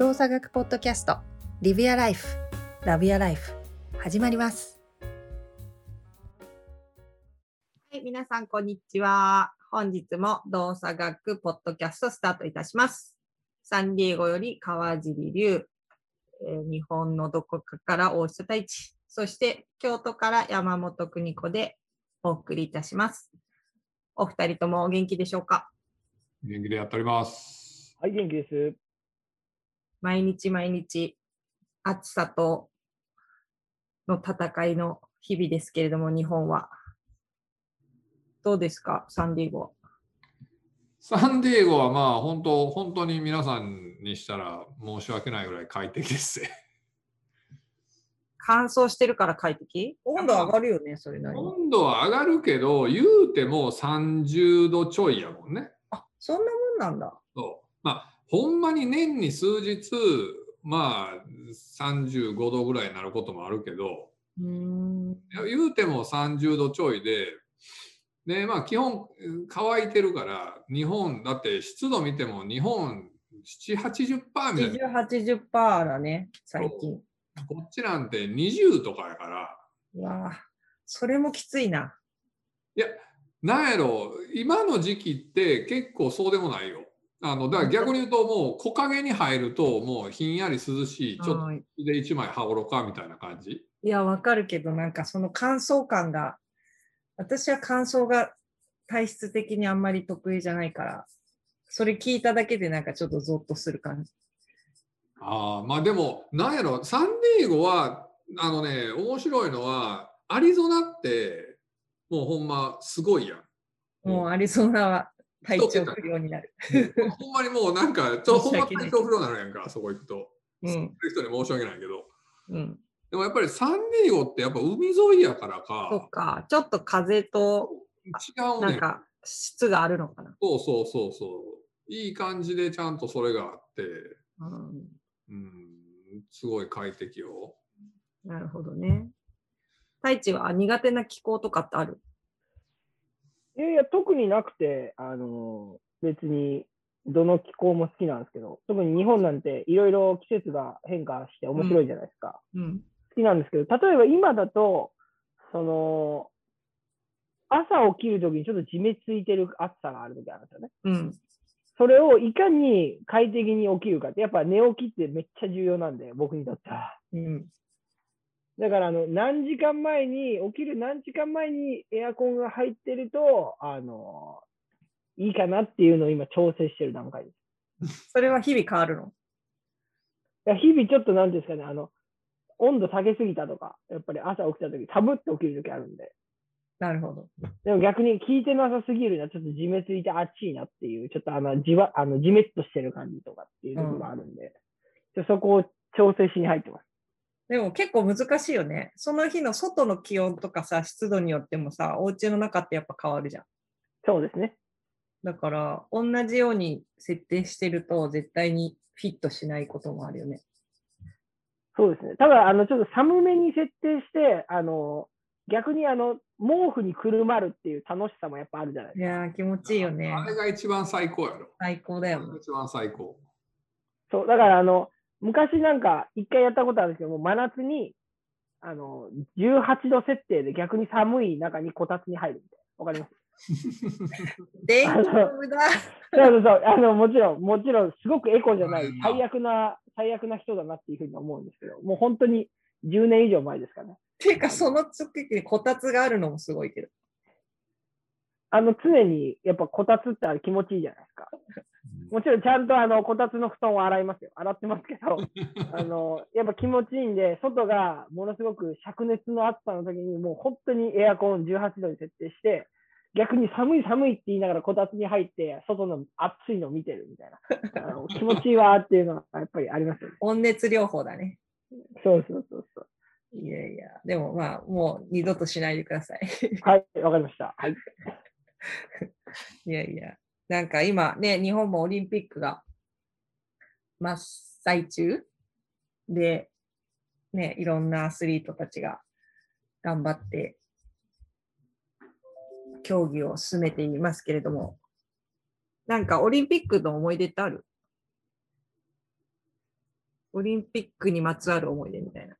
動作学ポッドキャスト Live Your Life Love Your Life 始まります。はい、皆さんこんにちは。本日も動作学ポッドキャストスタートいたします。サンディエゴより川尻龍、日本のどこかから大下太一、そして京都から山本邦子でお送りいたします。お二人ともお元気でしょうか？ 元気でやっております。 はい、元気です。 毎日暑さとの戦いの日々ですけれども、日本はどうですか？サンディエゴは。 サンディエゴはまあ本当に皆さんにしたら申し訳ないぐらい快適ですね。 乾燥してるから快適？温度上がるよね、それなりに。 温度は上がるけど、言うても30度ちょいやもんね。 あ、そんなもんなんだ。 そう。まあ、ほんまに年に数日、まあ35度ぐらいになることもあるけど、言うても30度ちょいで、まあ基本乾いてるから、日本、だって湿度見ても日本7、80%みたいな。 70、80% だね、最近。 こっちなんて20とかやから。 うわぁ、それもきついな。 いや、なんやろ、今の時期って結構そうでもないよ。だから逆に言うと、もう木陰に入ると、もうひんやり涼しい、ちょっとで一枚羽織ろうかみたいな感じ。 いや、わかるけど、なんかその乾燥感が、私は乾燥が体質的にあんまり得意じゃないから、それ聞いただけでなんかちょっとゾッとする感じ。 まあでも、なんやろ、サンディエゴは、面白いのは、アリゾナって、もうほんますごいやん。 もうアリゾナは体調不良になる。 ほんまにもうなんか、ほんま体調不良になるやんか、そこ行くと。そういう人に申し訳ないけど。でもやっぱりサンディエゴってやっぱ海沿いやからか。 そっか、ちょっと風と違うね。 なんか質があるのかな。 そう。いい感じでちゃんとそれがあって、すごい快適よ。 なるほどね。太一は苦手な気候とかってある？ いや、特になくて、別にどの気候も好きなんですけど、特に日本なんていろいろ季節が変化して面白いじゃないですか。好きなんですけど、例えば今だと、朝起きるときにちょっとじめついてる暑さがあるときあるんですよね。それをいかに快適に起きるかって、やっぱ寝起きってめっちゃ重要なんで、僕にとっては。だから起きる何時間前にエアコンが入ってると、いいかなっていうのを今調整してる段階です。 それは日々変わるの？ いや日々ちょっとなんですかね、温度下げすぎたとか、やっぱり朝起きたとき、寒って起きるときあるんで。 なるほど。 でも逆に効いてなさすぎるな、ちょっとじめついて暑いなっていう、ちょっとじめっとしてる感じとかっていうところがあるんで、そこを調整しに入ってます。 でも結構難しいよね。その日の外の気温とかさ、湿度によってもさ、お家の中ってやっぱ変わるじゃん。 そうですね。 だから、同じように設定してると、絶対にフィットしないこともあるよね。 そうですね。ただ、ちょっと寒めに設定して、逆に毛布にくるまるっていう楽しさもやっぱあるじゃないですか。 いやー、気持ちいいよね。 あれが一番最高やろ。 最高だよね。 一番最高。 そう、だから昔なんか一回やったことあるんですけども、真夏に18度設定で逆に寒い中にこたつに入るみたいな。わかります？ 電気の無駄。 そう、もちろんすごくエコじゃない最悪な人だなっていうふうに思うんですけど、もう本当に10年以上前ですかね。 ていうか、その時にこたつがあるのもすごいけど。 常にやっぱこたつってあれ気持ちいいじゃないですか。もちろんちゃんとこたつの布団を洗いますよ。洗ってますけど、やっぱ気持ちいいんで、外がものすごく灼熱の暑さの時にもう本当にエアコン18度に設定して、逆に寒いって言いながらこたつに入って外の暑いのを見てるみたいな気持ちいいわっていうのはやっぱりありますよね。 温熱療法だね。 そう。 いや、でもまあもう二度としないでください。 はい、わかりました。はい。 いや、なんか今ね、日本もオリンピックが真っ最中で、ね、いろんなアスリートたちが頑張って競技を進めていますけれども、なんかオリンピックの思い出ってある？ オリンピックにまつわる思い出みたいな。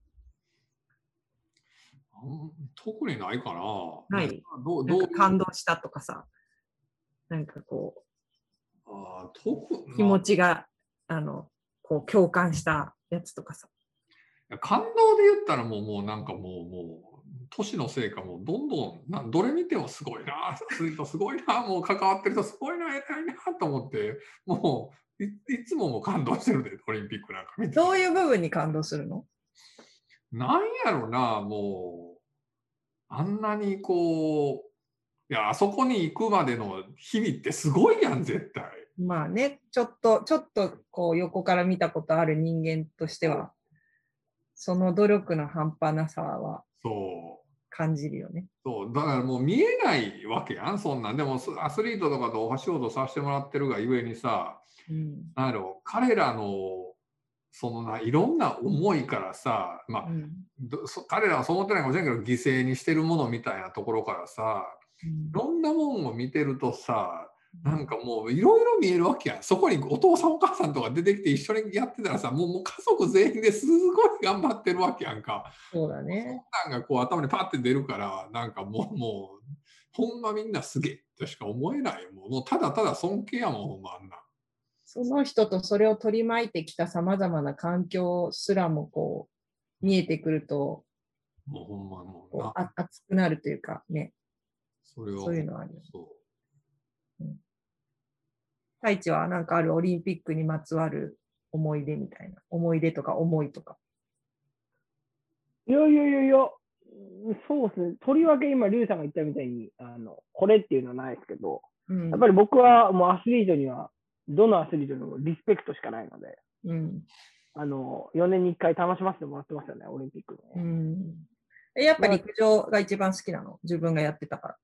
特にないかな。 ない。なんか感動したとかさ、なんかこう、気持ちが、こう共感したやつとかさ。 感動で言ったらもうなんかもう、年のせいかもうどんどんどれ見てもすごいな、アスリートすごいな、もう関わってる人すごいな、偉いなと思って、もういつも感動してるで、オリンピックなんか見て。 どういう部分に感動するの？ なんやろな、もう、あんなにこう、いや、あそこに行くまでの日々ってすごいやん、絶対。 まあね、ちょっとこう横から見たことある人間としては、その努力の半端なさは感じるよね。 そうだからもう見えないわけやん、そんなん。でもアスリートとかとお仕事させてもらってるがゆえにさ、彼らのいろんな思いからさ、まあ彼らはそう思ってないかもしれないけど、犠牲にしてるものみたいなところからさ、いろんなもんを見てるとさ、なんかもういろいろ見えるわけやん。そこにお父さんお母さんとか出てきて一緒にやってたらさ、もう家族全員ですごい頑張ってるわけやんか。 そうだね。 そんなんがこう頭にパッて出るから、なんかもうほんまみんなすげえとしか思えないよ。もうただただ尊敬やもん、ほんまあんな。 その人とそれを取り巻いてきたさまざまな環境すらもこう見えてくると、 もうほんまもう熱くなるというかね。 そういうのはあるよ。太一はなんかあるオリンピックにまつわる思い出みたいな。思い出とか思いとか。 いや、そうですね。とりわけ今、リュウさんが言ったみたいに、これっていうのはないですけど、やっぱり僕はもうアスリートには、どのアスリートにもリスペクトしかないので、4年に1回楽しませてもらってますよね、オリンピックね。やっぱり陸上が一番好きなの？自分がやってたから。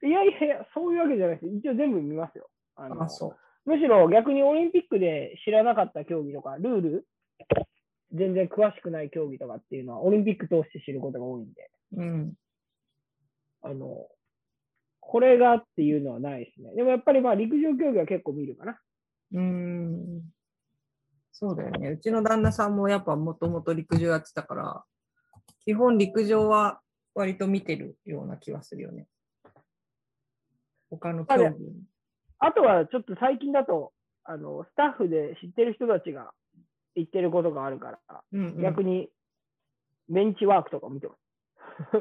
いや、そういうわけじゃないです。一応全部見ますよ。 そう。 むしろ逆にオリンピックで知らなかった競技とか、ルール、全然詳しくない競技とかっていうのは、オリンピック通して知ることが多いんで、これがっていうのはないですね。でもやっぱり陸上競技は結構見るかな。 そうだよね。うちの旦那さんもやっぱもともと陸上やってたから、基本陸上は割と見てるような気はするよね。他の競技。 あとはちょっと最近だと、スタッフで知ってる人たちが言ってることがあるから、逆にベンチワークとか見てます。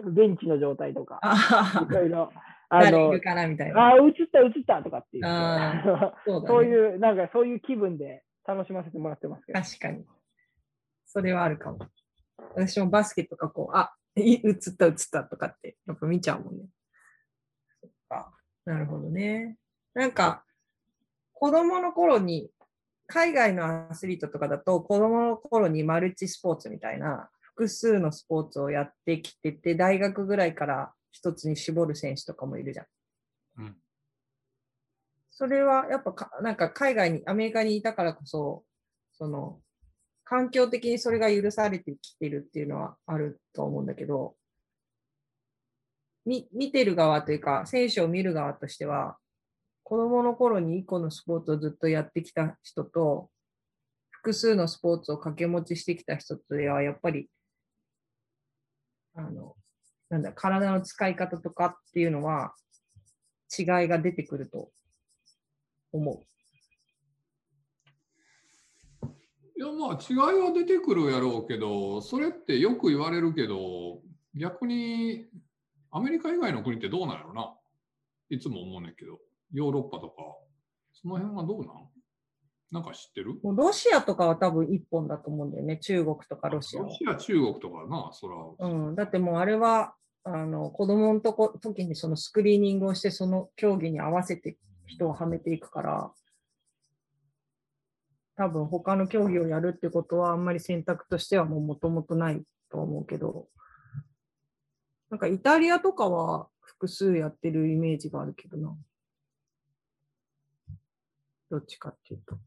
ベンチの状態とか。いろいろ。 誰いるかなみたいな。 映ったとかっていう。そういう、なんかそういう気分で楽しませてもらってますけど。 確かに。それはあるかも。私もバスケとか映ったとかってやっぱ見ちゃうもんね。そっか。なるほどね。なんか、子供の頃に、海外のアスリートとかだと、子供の頃にマルチスポーツみたいな、複数のスポーツをやってきてて、大学ぐらいから一つに絞る選手とかもいるじゃん。それはやっぱなんか海外に、アメリカにいたからこそ、環境的にそれが許されてきてるっていうのはあると思うんだけど、見てる側というか、選手を見る側としては、子供の頃に1個のスポーツをずっとやってきた人と、複数のスポーツを掛け持ちしてきた人とでは、やっぱり、体の使い方とかっていうのは、違いが出てくると思う。 いや、違いは出てくるやろうけど、それってよく言われるけど、逆にアメリカ以外の国ってどうなんやろな。いつも思うねんけど、ヨーロッパとか、その辺はどうなんか知ってる？ ロシアとかは多分一本だと思うんだよね。中国とかロシアは。 ロシア、中国とかな、そら。 だってもうあれは、子供の時にそのスクリーニングをして、その競技に合わせて人をはめていくから、多分他の競技をやるってことはあんまり選択としてはもともとないと思うけど、なんかイタリアとかは複数やってるイメージがあるけどな。どっちかっていうと。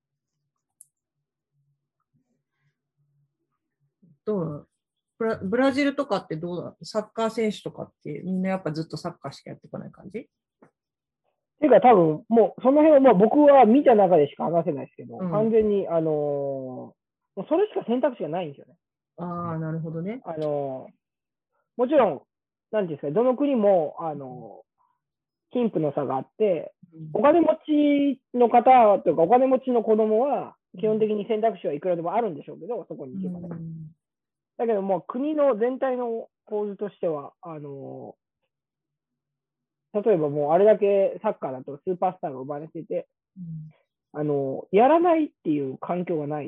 どうなの？ブラジルとかってどうだ？サッカー選手とかってみんなやっぱずっとサッカーしかやってこない感じ？ ていうか多分、もうその辺は僕は見た中でしか話せないですけど、完全にもうそれしか選択肢がないんですよね。 ああ、なるほどね。 もちろん、なんていうんですか、どの国も、貧富の差があって、お金持ちの方というか、お金持ちの子供は、基本的に選択肢はいくらでもあるんでしょうけど、そこに行けばね。だけども、国の全体の構図としては、例えばもうあれだけサッカーだとスーパースターが生まれてて、やらないっていう環境がない。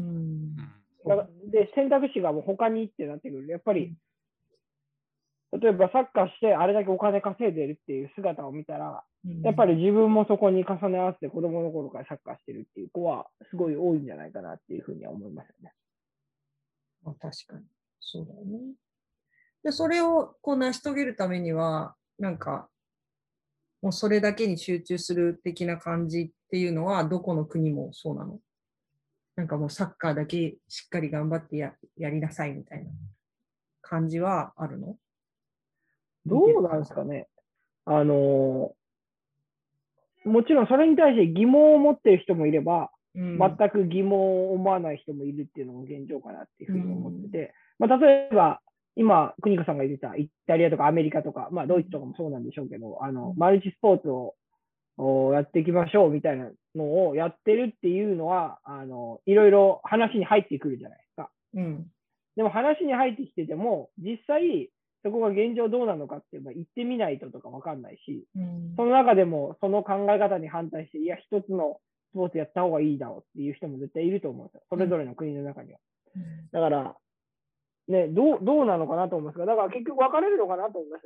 で、選択肢がもう他にってなってくる。やっぱり、例えばサッカーしてあれだけお金稼いでるっていう姿を見たら、やっぱり自分もそこに重ね合わせて子供の頃からサッカーしてるっていう子はすごい多いんじゃないかなっていうふうには思いますよね。 確かに。そうだよね。で、それをこう成し遂げるためには、なんか、もうそれだけに集中する的な感じっていうのは、どこの国もそうなの？なんかもうサッカーだけしっかり頑張ってやりなさいみたいな感じはあるの？ どうなんですかね。もちろんそれに対して疑問を持っている人もいれば、全く疑問を思わない人もいるっていうのも現状かなっていうふうに思ってて、例えば、今、邦子さんが言ってたイタリアとかアメリカとか、ドイツとかもそうなんでしょうけど、マルチスポーツをやっていきましょうみたいなのをやってるっていうのは、いろいろ話に入ってくるじゃないですか。でも話に入ってきてても、実際、そこが現状どうなのかって言ってみないととか分かんないし、その中でもその考え方に反対して、いや、一つのスポーツやった方がいいだろうっていう人も絶対いると思うんですよ。それぞれの国の中には。だから、ね、どうなのかなと思いますが、だから結局分かれるのかなと思います。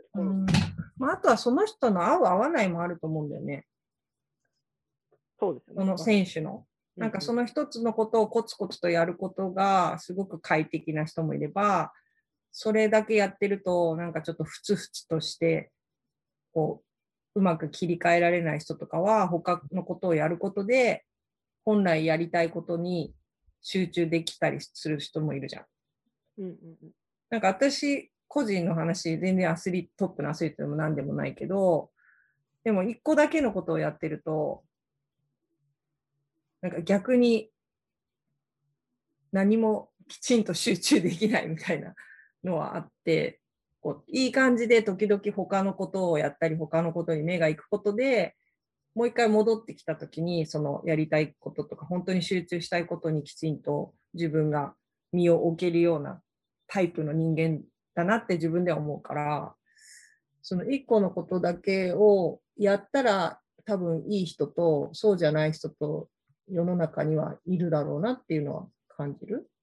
あとはその人の合う合わないもあると思うんだよね。 そうですよね。 この選手の。なんかその一つのことをコツコツとやることがすごく快適な人もいれば、それだけやってるとなんかちょっとふつふつとしてこうまく切り替えられない人とかは他のことをやることで本来やりたいことに集中できたりする人もいるじゃん。なんか私個人の話、全然トップのアスリートでも何でもないけど、でも一個だけのことをやってるとなんか逆に何もきちんと集中できないみたいなのはあって、こういい感じで時々他のことをやったり、他のことに目が行くことで、もう一回戻ってきたときに、そのやりたいこととか、本当に集中したいことにきちんと自分が身を置けるようなタイプの人間だなって自分では思うから、その一個のことだけをやったら多分いい人とそうじゃない人と世の中にはいるだろうなっていうのは感じる。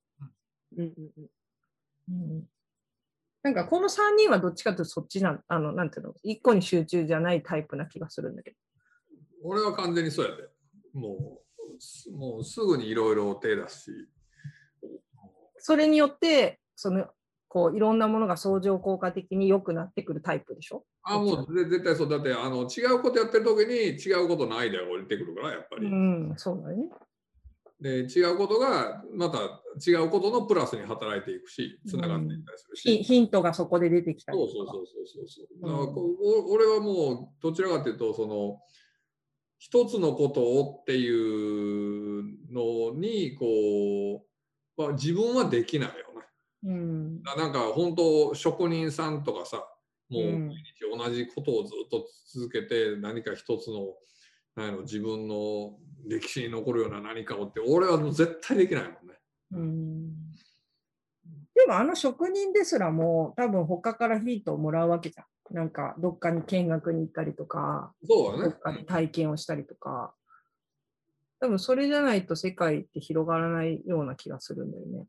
なんかこの3人はどっちかというとそっちなんていうの、一個に集中じゃないタイプな気がするんだけど。 俺は完全にそうやで。もうすぐにいろいろ手出すし。 それによってこういろんなものが相乗効果的に良くなってくるタイプでしょ？ もう絶対そう。だって違うことやってる時に違うことのアイデアが降りてくるから、やっぱり。 そうだね。 で違うことがまた違うことのプラスに働いていくし、つながっていったりするし、 ヒントがそこで出てきたりとか。 俺はもうどちらかというと一つのことをっていうのに自分はできないよね。なんか本当職人さんとかさ、もう毎日同じことをずっと続けて何か一つの自分の歴史に残るような何かをって俺はもう絶対できないもんね。 でも職人ですらも多分他からヒントをもらうわけじゃん。なんかどっかに見学に行ったりとか、 そうだね、 どっかで体験をしたりとか、多分それじゃないと世界って広がらないような気がするんだよね。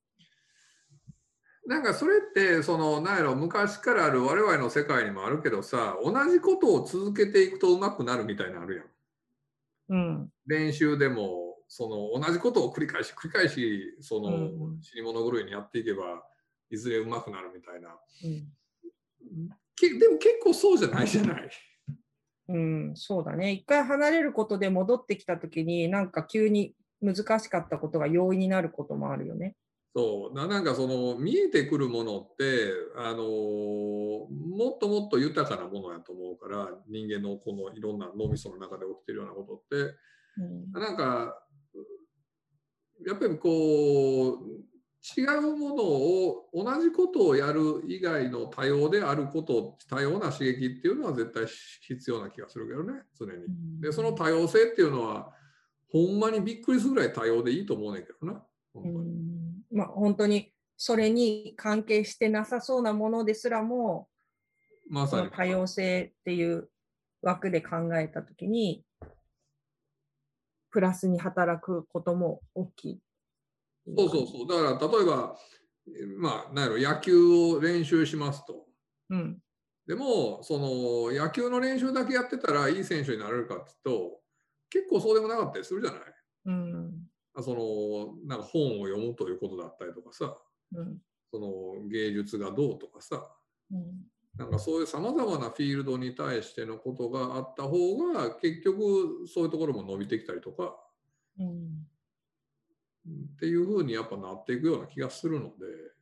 なんかそれって昔からある我々の世界にもあるけどさ、同じことを続けていくと上手くなるみたいなのあるやん。練習でも同じことを繰り返し死に物狂いにやっていけばいずれ上手くなるみたいな。でも結構そうじゃないじゃない。 そうだね。一回離れることで戻ってきたときになんか急に難しかったことが容易になることもあるよね。 なんか見えてくるものってもっともっと豊かなものやと思うから、人間のこのいろんな脳みその中で起きてるようなことって、なんかやっぱりこう違うものを同じことをやる以外の多様であること、多様な刺激っていうのは絶対必要な気がするけどね、常に。でその多様性っていうのはほんまにびっくりするぐらい多様でいいと思うねんけどな。 まあ、本当にそれに関係してなさそうなものですらも、 まさにその多様性っていう枠で考えたときに、プラスに働くことも大きい。 そうそうそう。だから例えば、まあ、なんやろ、野球を練習しますと。でも、その野球の練習だけやってたらいい選手になれるかっていうと、結構そうでもなかったりするじゃない。そのなんか本を読むということだったりとかさ、その芸術がどうとかさ、なんかそういうさまざまなフィールドに対してのことがあった方が結局そういうところも伸びてきたりとか、っていうふうにやっぱなっていくような気がするので、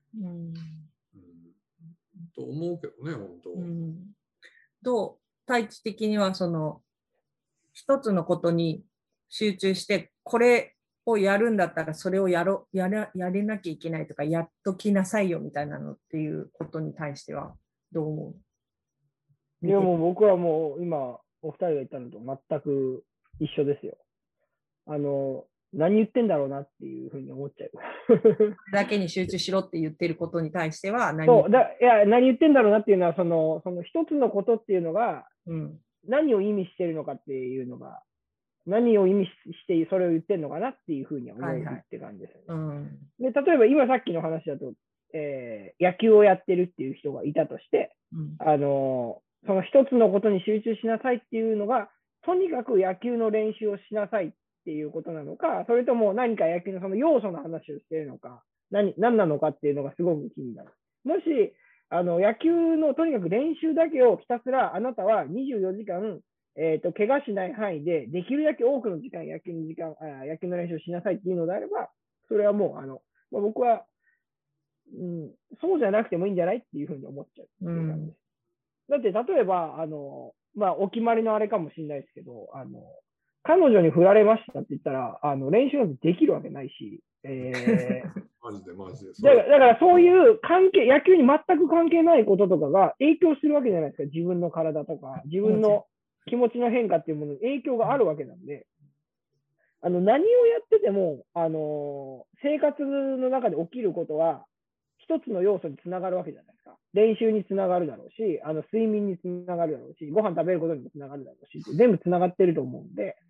と思うけどね、本当。 どう、大気的にはその一つのことに集中して、これをやるんだったらそれをやれなきゃいけないとか、やっときなさいよみたいなのっていうことに対してはどう思う？ いや、もう僕はもう今お二人が言ったのと全く一緒ですよ。何言ってんだろうなっていうふうに思っちゃう。 だけに集中しろって言ってることに対しては何言ってんだろうなっていうのは、その一つのことっていうのが、何を意味してるのかっていうのが、何を意味してそれを言ってるのかなっていうふうに思うって感じですよね。で、例えば今さっきの話だと、野球をやってるっていう人がいたとして、その一つのことに集中しなさいっていうのが、とにかく野球の練習をしなさいっていうことなのか、それとも何か野球のその要素の話をしているのか、何なのかっていうのがすごく気になる。もし、野球のとにかく練習だけをひたすらあなたは24時間、怪我しない範囲で、できるだけ多くの時間、野球の練習をしなさいっていうのであれば、それはもう、僕は、そうじゃなくてもいいんじゃないっていうふうに思っちゃうっていう感じです。だって例えばお決まりのあれかもしれないですけど、彼女に振られましたって言ったら練習なんてできるわけないし、 マジでだからそういう関係、野球に全く関係ないこととかが影響するわけじゃないですか。自分の体とか自分の気持ちの変化っていうものに影響があるわけなんで、何をやってても生活の中で起きることは一つの要素につながるわけじゃないですか。練習につながるだろうし、睡眠につながるだろうし、ご飯食べることにもつながるだろうし、全部つながってると思うんで、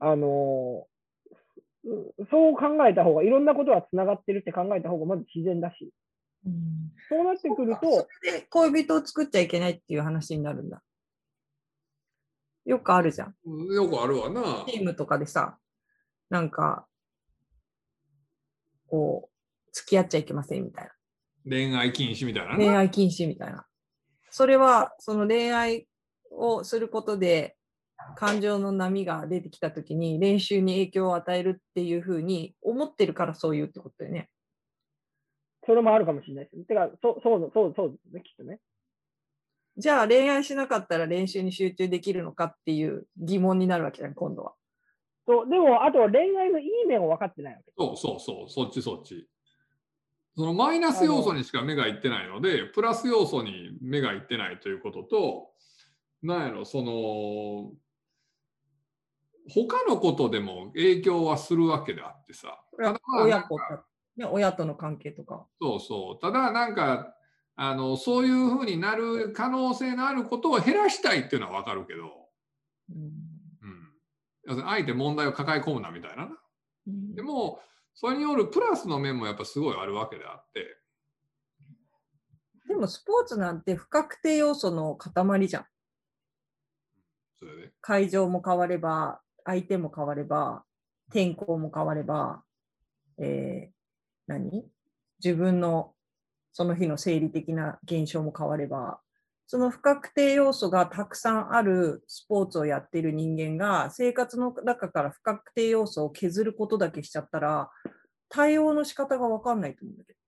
そう考えた方が、いろんなことはつながってるって考えた方がまず自然だし、そうなってくると、 それで恋人を作っちゃいけないっていう話になるんだ。よくあるじゃん。 よくあるわな。 チームとかでさ、なんか、こう、付き合っちゃいけませんみたいな。 恋愛禁止みたいな。 恋愛禁止みたいな。それは、その恋愛をすることで、感情の波が出てきたときに、練習に影響を与えるっていうふうに思ってるからそういうってことだよね。 それもあるかもしれないです。てか、そうですね、きっとね。 じゃあ、恋愛しなかったら練習に集中できるのかっていう疑問になるわけじゃん、今度は。 でも、あとは恋愛のいい面を分かってないわけ。 そっち。そのマイナス要素にしか目がいってないので、プラス要素に目がいってないということと、なんやろ、その、他のことでも影響はするわけであってさ。 親との関係とか。 ただなんか、そういうふうになる可能性のあることを減らしたいっていうのは分かるけど、あえて問題を抱え込むなみたいな。でも、それによるプラスの面もやっぱすごいあるわけであって。 でもスポーツなんて不確定要素の塊じゃん。 それで会場も変われば、相手も変われば、天候も変われば、自分のその日の生理的な現象も変われば、その不確定要素がたくさんあるスポーツをやっている人間が生活の中から不確定要素を削ることだけしちゃったら対応の仕方が分かんないと思うんだけ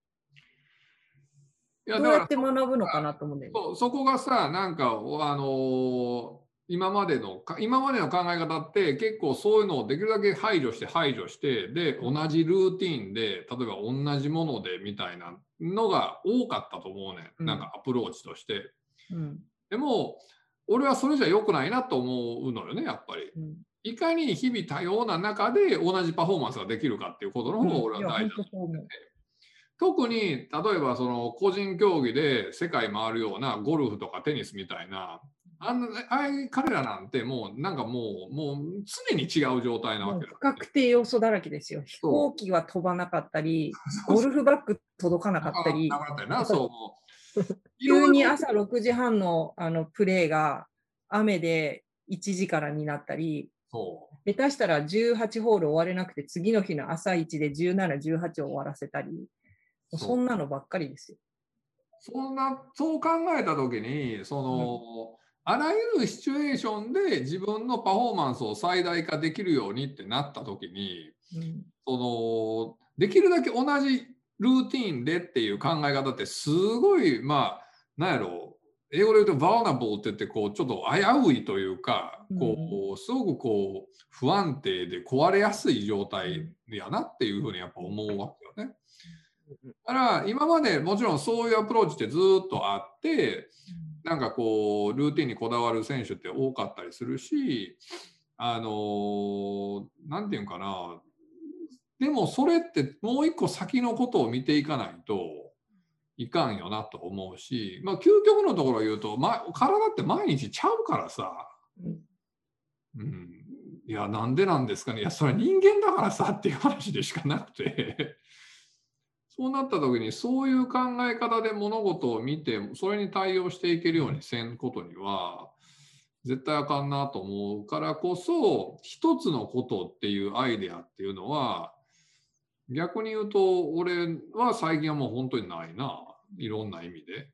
ど。どうやって学ぶのかなと思うんだよね。 そこがさ、なんか今までの考え方って結構そういうのをできるだけ排除してで同じルーティンで例えば同じものでみたいなのが多かったと思うね、なんかアプローチとして、でも俺はそれじゃ良くないなと思うのよね、やっぱり、いかに日々多様な中で同じパフォーマンスができるかっていうことの方が俺は大事だと思う。特に例えばその個人競技で世界回るようなゴルフとかテニスみたいな彼らなんてもう常に違う状態なわけだ。 不確定要素だらけですよ。飛行機は飛ばなかったり、ゴルフバッグ届かなかったり、急に朝6時半のプレーが雨で1時からになったり、下手したら18ホール終われなくて次の日の朝1で17、18を終わらせたり、そんなのばっかりですよ。 そう考えたときにあらゆるシチュエーションで自分のパフォーマンスを最大化できるようにってなったときに、できるだけ同じルーティンでっていう考え方ってすごいなんやろう、英語で言うと vulnerable って言ってちょっと危ういというかすごく不安定で壊れやすい状態やなっていうふうにやっぱ思うわけよね。だから今までもちろんそういうアプローチってずっとあってなんかルーティンにこだわる選手って多かったりするしなんていうかな、でもそれってもう一個先のことを見ていかないといかんよなと思うし、究極のところを言うと、体って毎日ちゃうからさ、いやなんでなんですかね、いやそれは人間だからさっていう話でしかなくてそうなった時にそういう考え方で物事を見てそれに対応していけるようにせんことには絶対あかんなと思うからこそ、一つのことっていうアイデアっていうのは逆に言うと俺は最近はもう本当にないな、いろんな意味で。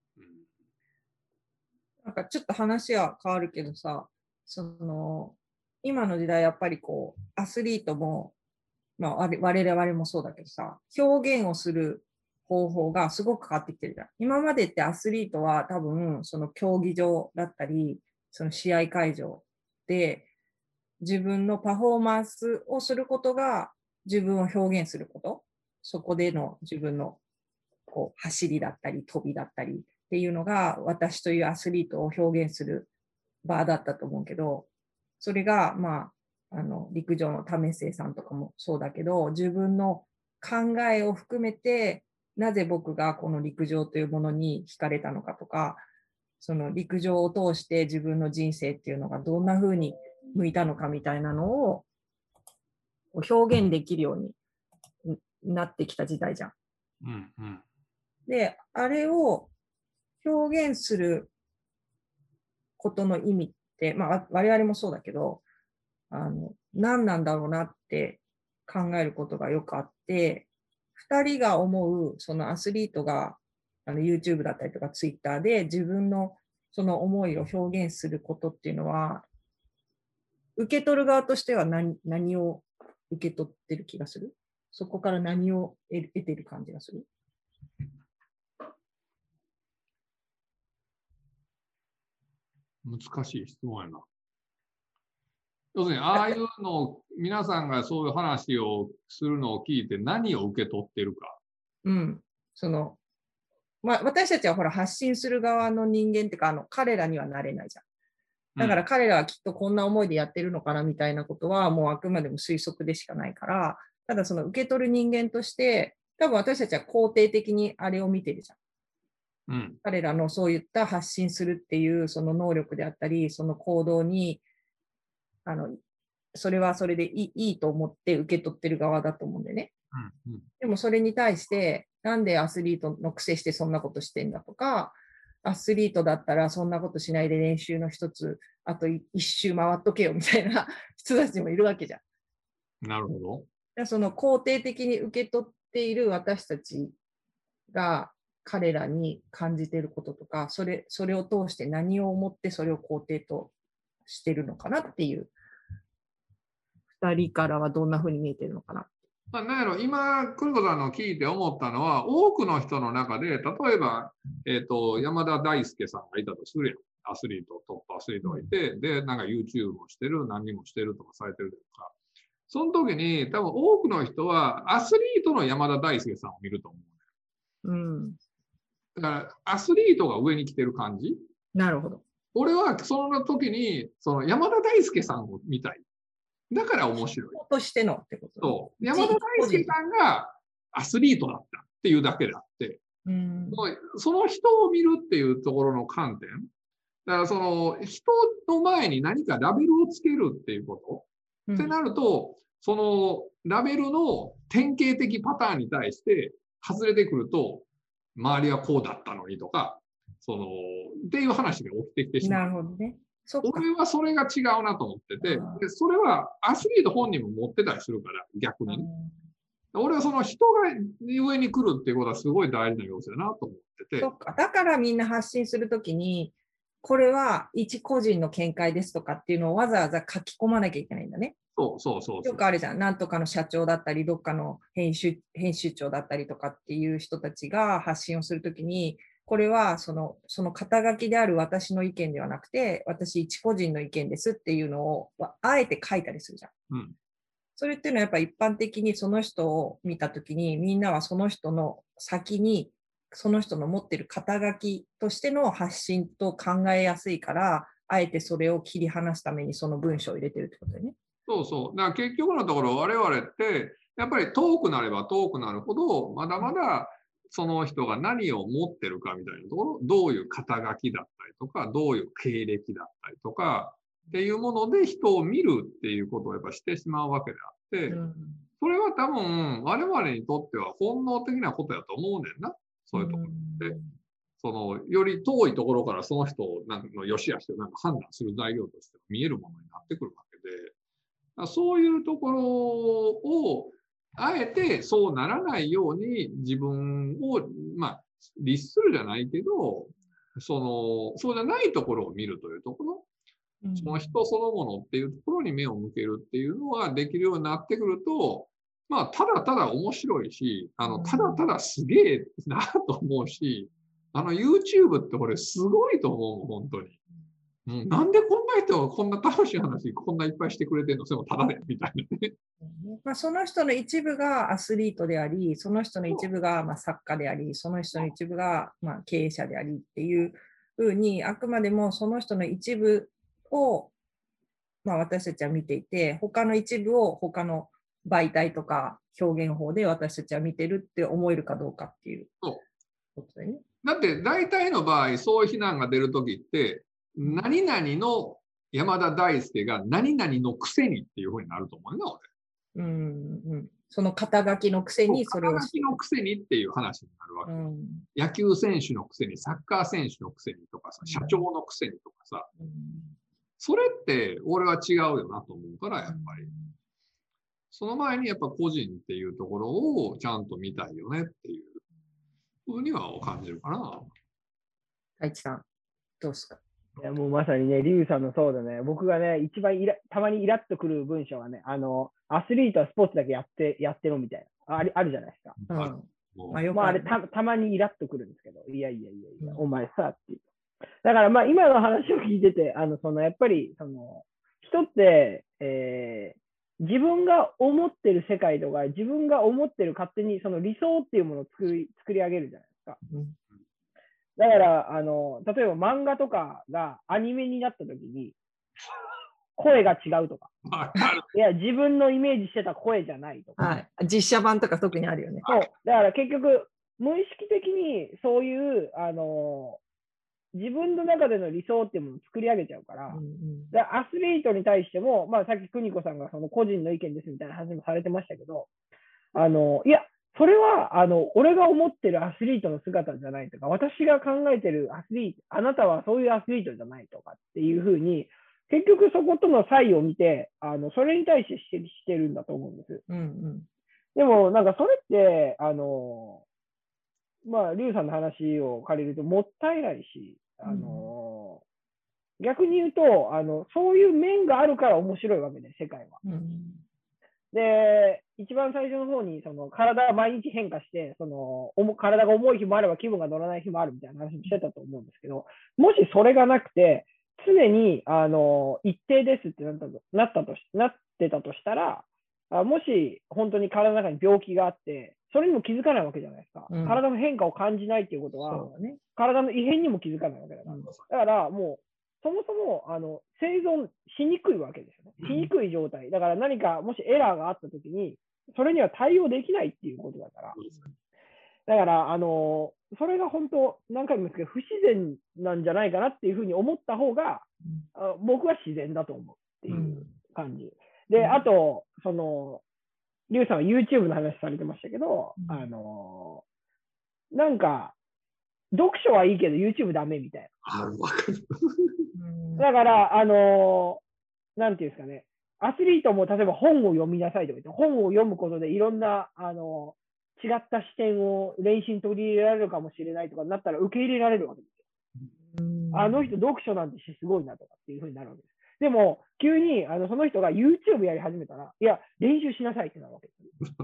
なんかちょっと話は変わるけどさ、今の時代やっぱりアスリートも我々もそうだけどさ、表現をする方法がすごく変わってきてるじゃん。今までってアスリートは多分その競技場だったりその試合会場で自分のパフォーマンスをすることが自分を表現すること、そこでの自分の走りだったり飛びだったりっていうのが私というアスリートを表現する場だったと思うけど、それが陸上の為末さんとかもそうだけど、自分の考えを含めてなぜ僕がこの陸上というものに惹かれたのかとか、その陸上を通して自分の人生っていうのがどんな風に向いたのかみたいなのを表現できるようになってきた時代じゃん。で、あれを表現することの意味って、我々もそうだけど、何なんだろうなって考えることがよくあって、2人が思うそのアスリートがYouTube だったりとか Twitter で自分のその思いを表現することっていうのは、受け取る側としては何を受け取ってる気がする？そこから何を得てる感じがする？ 難しい質問やな。要するにああいうのを皆さんがそういう話をするのを聞いて何を受け取ってるか。 私たちはほら発信する側の人間っていうか彼らにはなれないじゃん。だから彼らはきっとこんな思いでやってるのかなみたいなことはもうあくまでも推測でしかないから、ただその受け取る人間として多分私たちは肯定的にあれを見てるじゃん。彼らのそういった発信するっていうその能力であったり、その行動にそれはそれでいいと思って受け取ってる側だと思うんでね。でもそれに対してなんでアスリートの癖してそんなことしてんだとか、アスリートだったらそんなことしないで練習の一つあと一周回っとけよみたいな人たちもいるわけじゃん。 なるほど。その肯定的に受け取っている私たちが彼らに感じていることとか、それを通して何を思ってそれを肯定としてるのかなっていう、2人からはどんな風に見えてるのかな。 なんやろ、今、久保さんの聞いて思ったのは、多くの人の中で、例えば、山田大輔さんがいたとするアスリート、トップアスリートがいて、で、なんか YouTube もしてる、何もしてるとかされてるとか、その時に多分多くの人はアスリートの山田大輔さんを見ると思う。だからアスリートが上に来てる感じ。 なるほど。 俺はその時にその山田大輔さんを見たい。だから面白い。 としてのってこと、ね、 そう。山田大輔さんがアスリートだったっていうだけであって、その人を見るっていうところの観点。だからその人の前に何かラベルをつけるっていうこと、ってなると、そのラベルの典型的パターンに対して外れてくると、周りはこうだったのにとか、っていう話が起きてきてしまう。 なるほどね。 俺はそれが違うなと思ってて、でそれはアスリート本人も持ってたりするから、逆に。俺はその人が上に来るっていうことはすごい大事な要素だなと思ってて。 そっか。だからみんな発信するときに、これは一個人の見解ですとかっていうのをわざわざ書き込まなきゃいけないんだね。 そうよくあるじゃん。なんとかの社長だったり、どっかの編集長だったりとかっていう人たちが発信をするときに、これはその肩書きである私の意見ではなくて、私一個人の意見ですっていうのをあえて書いたりするじゃん。それっていうのはやっぱり一般的にその人を見たときに、みんなはその人の先に、その人の持ってる肩書きとしての発信と考えやすいから、あえてそれを切り離すためにその文章を入れてるってことだよね。 だから結局のところ我々ってやっぱり遠くなれば遠くなるほどまだまだその人が何を持ってるかみたいなところ、どういう肩書きだったりとか、どういう経歴だったりとかっていうもので人を見るっていうことをやっぱしてしまうわけであって、それは多分我々にとっては本能的なことだと思うねんな。そういうところって。より遠いところからその人の良し悪しを判断する材料として見えるものになってくるわけで、そういうところをあえてそうならないように自分を、律するじゃないけど、そうじゃないところを見るというところ、その人そのものっていうところに目を向けるっていうのができるようになってくると、ただただ面白いし、ただただすげえなと思うし、YouTube ってこれすごいと思う、本当に。なんでこんな人がこんな楽しい話こんないっぱいしてくれてるの、それもただでみたいなね。 その人の一部がアスリートであり、その人の一部が作家であり、その人の一部が経営者でありっていうふうに、あくまでもその人の一部を私たちは見ていて、他の一部を他の媒体とか表現法で私たちは見てるって思えるかどうかっていうことだよね。 だって大体の場合、そういう非難が出るときって、何々の山田大輔が何々のくせにっていうふうになると思うよな、俺。その肩書きのくせにそれを。 肩書きのくせにっていう話になるわけ。野球選手のくせに、サッカー選手のくせにとかさ、社長のくせにとかさ。それって俺は違うよなと思うから、やっぱり。その前にやっぱ個人っていうところをちゃんと見たいよねっていうふうには感じるかな。 太一さん、どうですか？ いやもうまさにね、リュウさんのそうだね、僕がね、一番たまにイラッとくる文章はね、アスリートはスポーツだけやってろみたいな、あるじゃないですか。あれたまにイラッとくるんですけど、いや、お前さっていう。だから今の話を聞いてて、やっぱり人って、自分が思ってる世界とか、自分が思ってる勝手にその理想っていうものを作り上げるじゃないですか。だから、例えば漫画とかがアニメになったときに、声が違うとか、いや、自分のイメージしてた声じゃないとか。 実写版とか特にあるよね。 そう。だから結局、無意識的にそういう、自分の中での理想っていうものを作り上げちゃうから、アスリートに対しても、さっき邦子さんがその個人の意見ですみたいな話もされてましたけど、いや、それは俺が思ってるアスリートの姿じゃないとか、私が考えてるアスリート、あなたはそういうアスリートじゃないとかっていうふうに、結局そことの差異を見て、それに対して指摘してるんだと思うんです。でも、それって、リュウさんの話を借りるともったいないし、逆に言うとそういう面があるから面白いわけで、世界は。で、 一番最初の方に、体が毎日変化して、体が重い日もあれば気分が乗らない日もあるみたいな話もしてたと思うんですけど、もしそれがなくて、常に、一定ですってなってたとしたら、もし本当に体の中に病気があって、それにも気づかないわけじゃないですか。体の変化を感じないっていうことは、体の異変にも気づかないわけだから。だからもう、そもそも生存しにくいわけですよね。しにくい状態。だから何かもしエラーがあったときに、それには対応できないっていうことだから。だから、それが本当、何回も言うんですけど、不自然なんじゃないかなっていうふうに思った方が、僕は自然だと思うっていう感じ。で、あと、リュウさんは YouTube の話されてましたけど、なんか、読書はいいけど YouTube ダメみたいな。だから、なんていうんですかね、アスリートも例えば本を読みなさいとか言って、本を読むことでいろんな、違った視点を練習に取り入れられるかもしれないとかなったら受け入れられるわけですよ。あの人読書なんてすごいなとかっていうふうになるわけです。でも、急にその人が YouTube やり始めたら、いや、練習しなさいってなるわけです。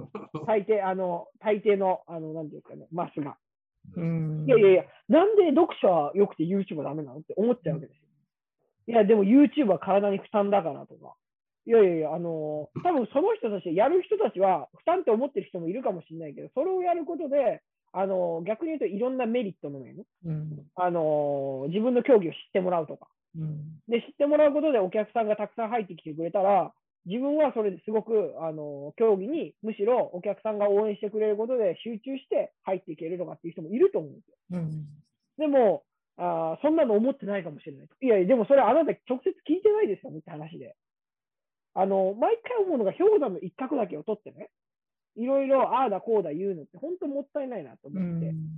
大抵の、なんていうんですかね、マスが。いやいやいや、なんで読書は良くて YouTube はダメなのって思っちゃうわけですよ。いや、でも YouTube は体に負担だからとか。いやいやいや、多分その人たち、やる人たちは負担って思ってる人もいるかもしれないけど、それをやることで、逆に言うといろんなメリットの面、自分の競技を知ってもらうとか。で、知ってもらうことでお客さんがたくさん入ってきてくれたら、自分はそれですごく競技にむしろお客さんが応援してくれることで集中して入っていけるとかっていう人もいると思うんですよ。でもそんなの思ってないかもしれない。いや、でもそれあなた直接聞いてないですよねって話で。毎回思うのが氷山の一角だけを取ってね、いろいろああだこうだ言うのって本当もったいないなと思って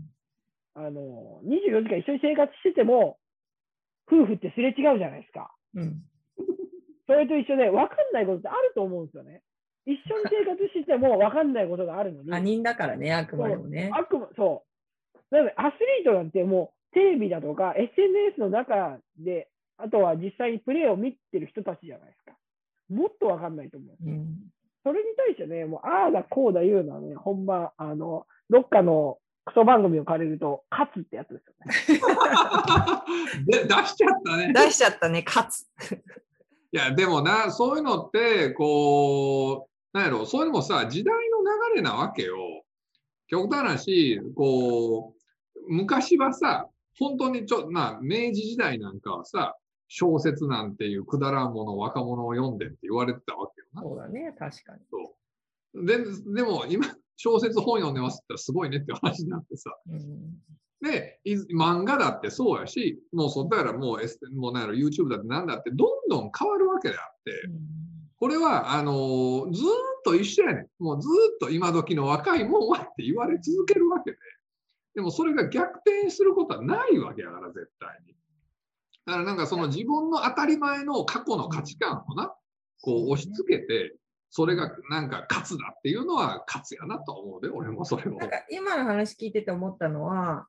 、24時間一緒に生活してても、夫婦ってすれ違うじゃないですか。それと一緒で分かんないことってあると思うんですよね。一緒に生活しても分かんないことがあるのに。 他人だからね、あくまでもね。 そう。なので、アスリートなんてもうテレビだとか SNS の中で、あとは実際にプレーを見てる人たちじゃないですか。もっと分かんないと思う。それに対してね、もうああだこうだ言うのはね、本番、どっかのクソ番組を借りると、勝つってやつですよね。 出しちゃったね。 出しちゃったね、勝つ。 いや、でもな、そういうのって、こう、なんやろ、そういうのもさ、時代の流れなわけよ。極端な話、こう、昔はさ、本当に明治時代なんかはさ、小説なんていうくだらんものを若者を読んでって言われてたわけよな。 そうだね、確かに。 そうでも今、小説本読んでますってすごいねって話になってさ。で、漫画だってそうやし、もうそったらもうなんやろ YouTube だってなんだってどんどん変わるわけであって、これはずーっと一緒やねん。もうずーっと今時の若いもんはって言われ続けるわけで。でもそれが逆転することはないわけやから、絶対に。だからなんかその自分の当たり前の過去の価値観をな、こう押し付けて、それがなんか勝つだっていうのは勝つやなと思うで、俺もそれを。 なんか今の話聞いてて思ったのは、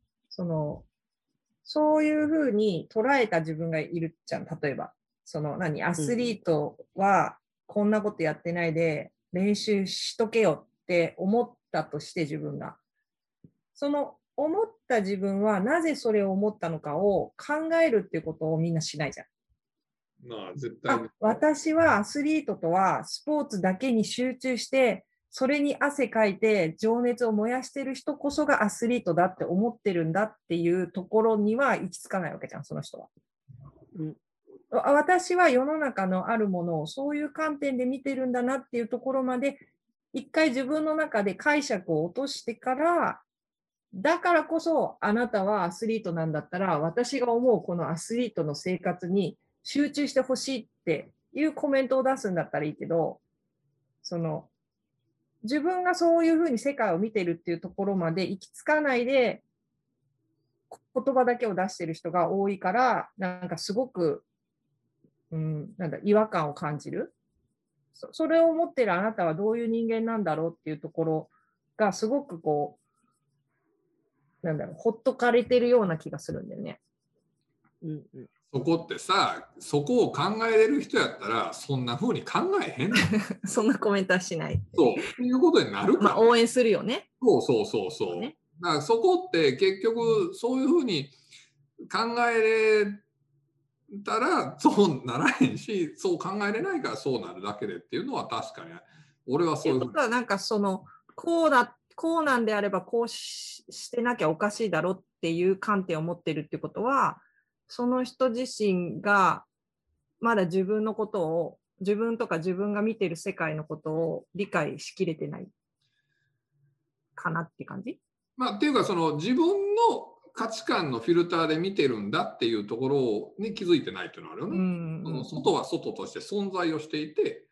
そういうふうに捉えた自分がいるじゃん。例えば、アスリートはこんなことやってないで練習しとけよって思ったとして自分が。その思った自分はなぜそれを思ったのかを考えるっていうことをみんなしないじゃん。 まあ絶対に。 私はアスリートとはスポーツだけに集中して、それに汗かいて情熱を燃やしてる人こそがアスリートだって思ってるんだっていうところには行き着かないわけじゃん、その人は。私は世の中のあるものをそういう観点で見てるんだなっていうところまで一回自分の中で解釈を落としてから、だからこそあなたはアスリートなんだったら、私が思うこのアスリートの生活に集中してほしいっていうコメントを出すんだったらいいけど、自分がそういうふうに世界を見てるっていうところまで行き着かないで言葉だけを出してる人が多いから、なんかすごく、違和感を感じる。それを持ってるあなたはどういう人間なんだろうっていうところがすごくこう、ほっとかれてるような気がするんだよね。 そこってさ、そこを考えれる人やったらそんな風に考えへんの。 そんなコメントはしない。 そうっていうことになるから、 応援するよね。 そう、 ね、 だからそこって結局そういう風に考えれたらそうならへんし、そう考えれないからそうなるだけでっていうのは確かに俺はそういうふうに。 っていうことはなんかこうなんであればこうしてなきゃおかしいだろっていう観点を持ってるってことは、その人自身がまだ自分のことを、自分とか自分が見てる世界のことを理解しきれてないかなって感じ？ まあっていうか、その自分の価値観のフィルターで見てるんだっていうところに気づいてないっていうのはあるよね。その外は外として存在をしていて、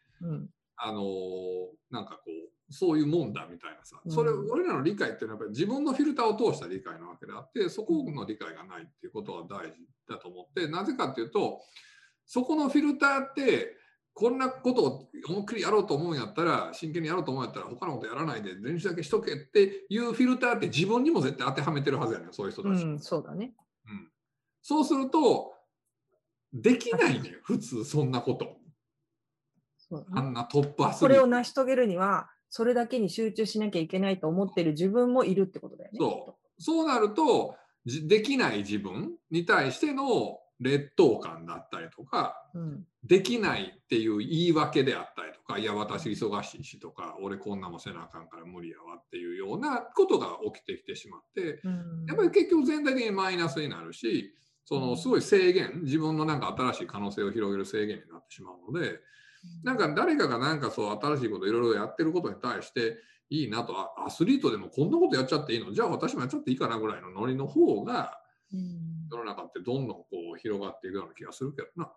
なんかこうそういうもんだみたいなさ、それ俺らの理解っていうのはやっぱり自分のフィルターを通した理解なわけであって、そこの理解がないっていうことは大事だと思って、なぜかっていうと、そこのフィルターってこんなことを思いっきりやろうと思うんやったら、真剣にやろうと思うんやったら他のことやらないで練習だけしとけっていうフィルターって自分にも絶対当てはめてるはずやねん、そういう人たち。 そうだね。 そうするとできないね、普通そんなこと。あんなトップアスリート。 これを成し遂げるにはそれだけに集中しなきゃいけないと思ってる自分もいるってことだよね。 そうなるとできない自分に対しての劣等感だったりとか、できないっていう言い訳であったりとか、いや私忙しいしとか、俺こんなもせなあかんから無理やわっていうようなことが起きてきてしまって、やっぱり結局全体的にマイナスになるし、そのすごい制限、自分のなんか新しい可能性を広げる制限になってしまうので、なんか誰かがなんかそう新しいこといろいろやってることに対していいなと、アスリートでもこんなことやっちゃっていいの、じゃあ私もやっちゃっていいかなぐらいのノリの方が、世の中ってどんどんこう広がっていくような気がするけどな。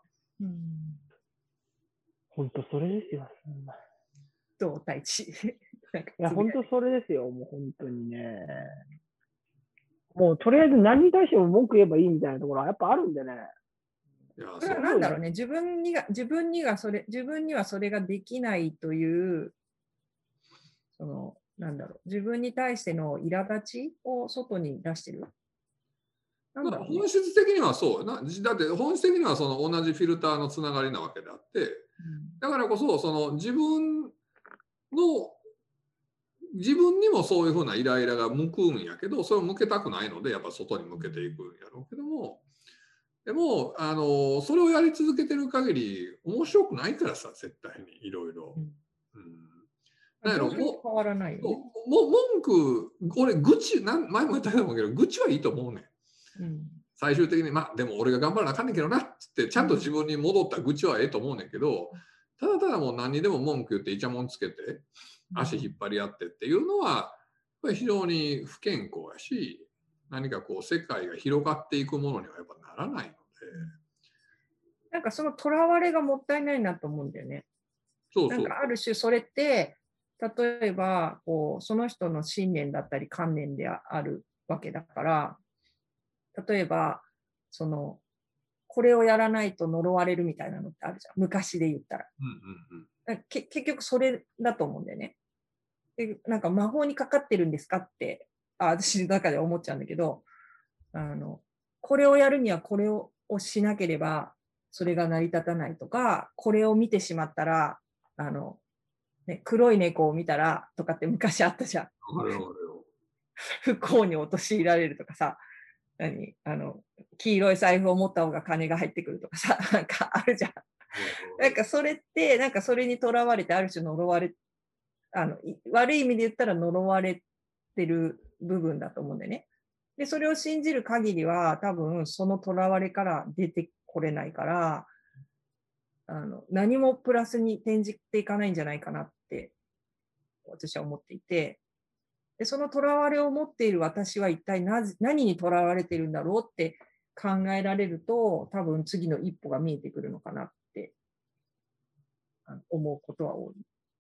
本当それですよ。 どう太一。いや本当それですよ。もう本当にね。もうとりあえず何に対しても文句言えばいいみたいなところはやっぱあるんでね。 それは何だろうね。自分にはそれができないという、なんだろう。自分に対しての苛立ちを外に出してる。 なんだろうね、本質的にはそうな。だって本質的にはその同じフィルターのつながりなわけであって、だからこそその自分にもそういうふうなイライラが向くんやけど、それを向けたくないのでやっぱ外に向けていくんやろうけども、でもそれをやり続けてる限り面白くないからさ、絶対にいろいろ。 変わらないよね。 文句、俺愚痴、前も言ったと思うけど、愚痴はいいと思うねん。最終的にまあでも俺が頑張らなあかんねんけどなっつってちゃんと自分に戻った愚痴はええと思うねんけど、ただただもう何にでも文句言ってイチャモンつけて足引っ張り合ってっていうのはやっぱり非常に不健康やし、何かこう世界が広がっていくものにはやっぱならないので、 なんかそのとらわれがもったいないなと思うんだよね。なんかある種それって例えばその人の信念だったり観念であるわけだから、例えばこれをやらないと呪われるみたいなのってあるじゃん、昔で言ったら。結局それだと思うんだよね。でなんか魔法にかかってるんですかって私の中で思っちゃうんだけど、これをやるにはこれをしなければそれが成り立たないとか、これを見てしまったら黒い猫を見たらとかって昔あったじゃん。不幸に陥られるとかさ、黄色い財布を持った方が金が入ってくるとかさ、なんかあるじゃん。なんかそれってなんかそれにとらわれてある種呪われ、悪い意味で言ったら呪われてる部分だと思うんだよね。でそれを信じる限りは多分そのとらわれから出てこれないから、何もプラスに転じていかないんじゃないかなって私は思っていて、でそのとらわれを持っている私は一体何にとらわれているんだろうって考えられると、多分次の一歩が見えてくるのかなって思うことは多い。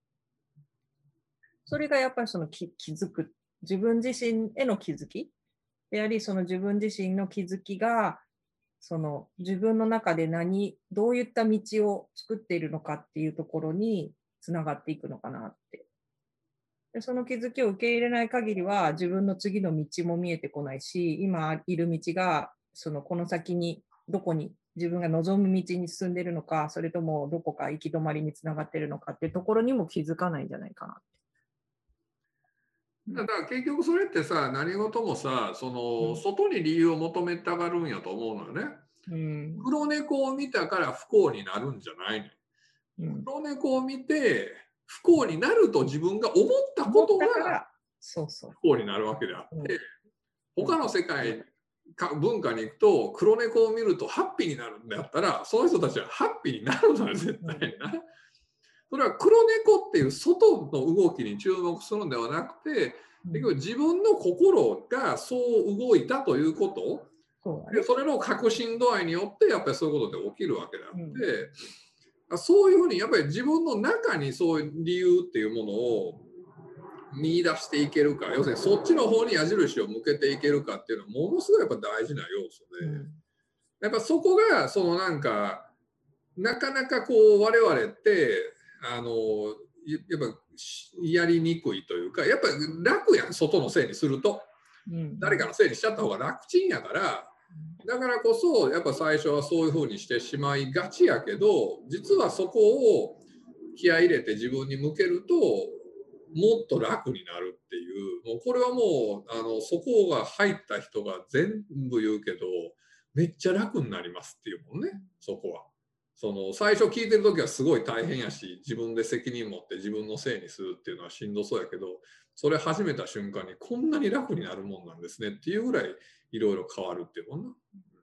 それがやっぱりその気づく、自分自身への気づきであり、その自分自身の気づきがその自分の中でどういった道を作っているのかっていうところにつながっていくのかなって。でその気づきを受け入れない限りは自分の次の道も見えてこないし、今いる道がこの先にどこに自分が望む道に進んでるのか、それともどこか行き止まりにつながってるのかっていうところにも気づかないんじゃないかなって。 だから結局それってさ、何事もさ、外に理由を求めたがるんやと思うのよね。黒猫を見たから不幸になるんじゃないの。黒猫を見て不幸になると自分が思ったことが不幸になるわけであって、他の世界文化に行くと黒猫を見るとハッピーになるんであったら、その人たちはハッピーになるのよ、絶対な。それは黒猫っていう外の動きに注目するんではなくて、結局自分の心がそう動いたということ、それの確信度合いによってやっぱりそういうことで起きるわけであって、そういうふうにやっぱり自分の中にそういう理由っていうものを見出していけるか、要するにそっちの方に矢印を向けていけるかっていうのはものすごいやっぱ大事な要素で、やっぱそこがなかなかこう我々ってやっぱやりにくいというか、やっぱり楽やん、外のせいにすると、誰かのせいにしちゃった方が楽ちんやから、だからこそやっぱ最初はそういうふうにしてしまいがちやけど、実はそこを気合い入れて自分に向けるともっと楽になるっていう、もうこれはもうそこが入った人が全部言うけど、めっちゃ楽になりますっていうもんね、そこは。最初聞いてる時はすごい大変やし、自分で責任持って自分のせいにするっていうのはしんどそうやけど、それ始めた瞬間にこんなに楽になるもんなんですねっていうぐらいいろいろ変わるっていうもんな。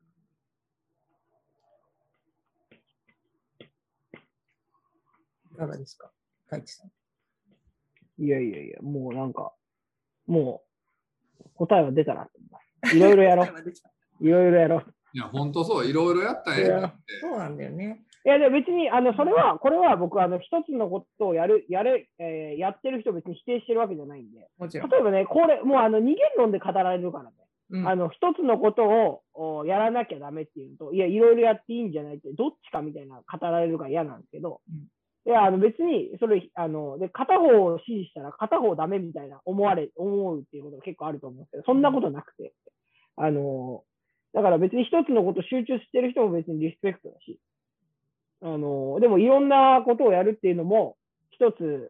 いかがですか、太一さん。 いや、もうなんか、もう答えは出たな。いろいろやろう。いろいろやろう。 いや、本当そう、いろいろやったらって。そうなんだよね。 いや、でも別に、これは僕、一つのことをやってる人を別に否定してるわけじゃないんで。 もちろん。 例えばね、これ、もう二元論で語られるからね。一つのことをやらなきゃダメっていうのと、いや、いろいろやっていいんじゃないって、どっちかみたいな語られるから嫌なんですけど、いや、別に、それ、で、片方を支持したら片方ダメみたいな思うっていうことが結構あると思うんですけど、そんなことなくて、だから別に一つのこと集中してる人も別にリスペクトだし、でもいろんなことをやるっていうのも一つ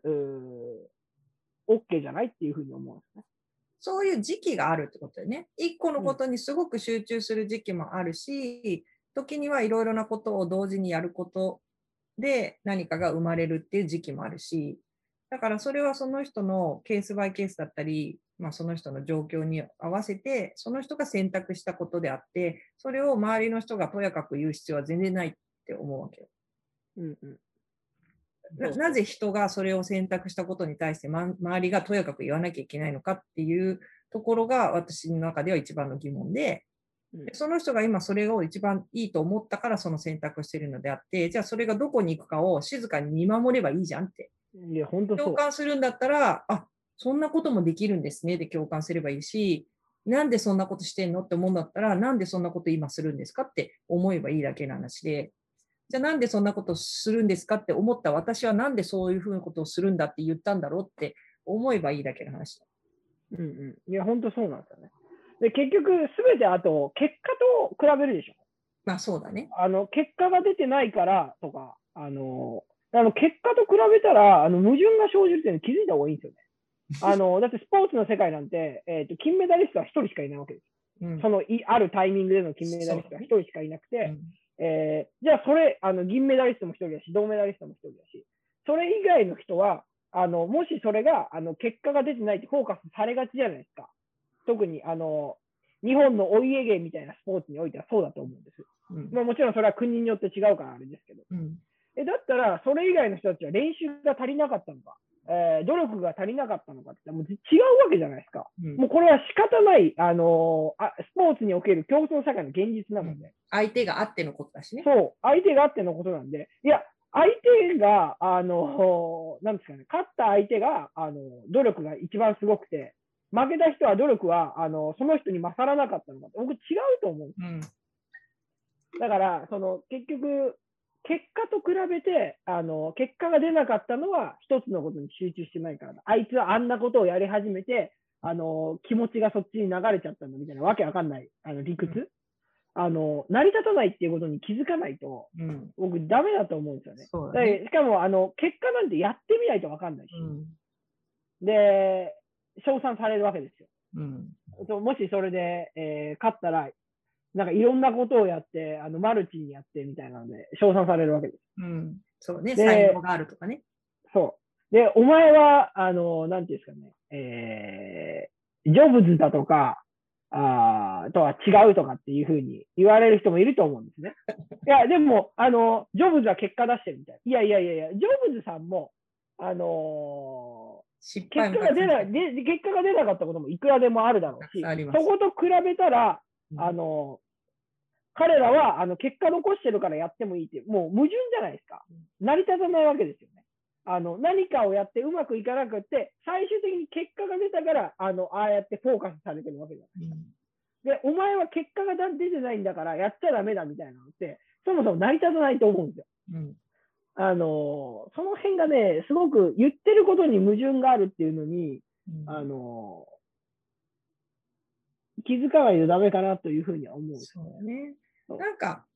OK じゃないっていうふうに思うんですね。 そういう時期があるってことだよね。一個のことにすごく集中する時期もあるし、時にはいろいろなことを同時にやることで何かが生まれるっていう時期もあるし、だからそれはその人のケースバイケースだったり、その人の状況に合わせてその人が選択したことであって、それを周りの人がとやかく言う必要は全然ないって思うわけよ。なぜ人がそれを選択したことに対して、周りがとやかく言わなきゃいけないのかっていうところが私の中では一番の疑問で、その人が今それを一番いいと思ったからその選択をしているのであって、じゃあそれがどこに行くかを静かに見守ればいいじゃんって。 いや、本当そう。 共感するんだったら、あ、そんなこともできるんですねで共感すればいいし、なんでそんなことしてんのって思うんだったら、なんでそんなこと今するんですかって思えばいいだけの話で、じゃあなんでそんなことするんですかって思った私はなんでそういうふうなことをするんだって言ったんだろうって思えばいいだけの話だ。 いや、本当そうなんですよね。で、結局、すべてあと、結果と比べるでしょ。 まあそうだね。 結果が出てないからとか、結果と比べたら、矛盾が生じるっていうのに気づいた方がいいんですよね。だってスポーツの世界なんて、金メダリストは1人しかいないわけです。あるタイミングでの金メダリストは1人しかいなくて、じゃあそれ、銀メダリストも1人だし、銅メダリストも1人だし、それ以外の人は、もしそれが結果が出てないってフォーカスされがちじゃないですか。特に日本のお家芸みたいなスポーツにおいてはそうだと思うんです。もちろんそれは国によって違うからあれですけど。だったら、それ以外の人たちは練習が足りなかったのか、努力が足りなかったのかってもう違うわけじゃないですか。もうこれは仕方ない、スポーツにおける競争社会の現実なので。 相手があってのことだしね。 そう、相手があってのことなんで、いや、相手が、なんですかね、勝った相手が、努力が一番すごくて、負けた人は努力は、その人に勝らなかったのか。僕違うと思う。だから、結局、結果と比べて、結果が出なかったのは、一つのことに集中してないからだ。あいつはあんなことをやり始めて、気持ちがそっちに流れちゃったんだみたいなわけわかんない理屈成り立たないっていうことに気づかないと、僕、ダメだと思うんですよね。 そうだね。 しかも、結果なんてやってみないと分かんないし。で、称賛されるわけですよ。もしそれで、勝ったら、なんかいろんなことをやって、マルチにやってみたいなので、称賛されるわけです。 そうね、才能があるとかね。 そう。で、お前は、なんていうんですかね、ジョブズだとか、とは違うとかっていうふうに言われる人もいると思うんですね。いや、でも、ジョブズは結果出してるみたい。いや、ジョブズさんも、結果が出なかったこともいくらでもあるだろうし、そこと比べたら、彼らは結果残してるからやってもいいって、もう矛盾じゃないですか。成り立たないわけですよね。何かをやってうまくいかなくて、最終的に結果が出たから、ああやってフォーカスされてるわけじゃないですか。で、お前は結果が出てないんだからやっちゃダメだみたいなのって、そもそも成り立たないと思うんですよ。その辺がね、すごく言ってることに矛盾があるっていうのに、気づかないとダメかなというふうには思う。 そうだね。なんか、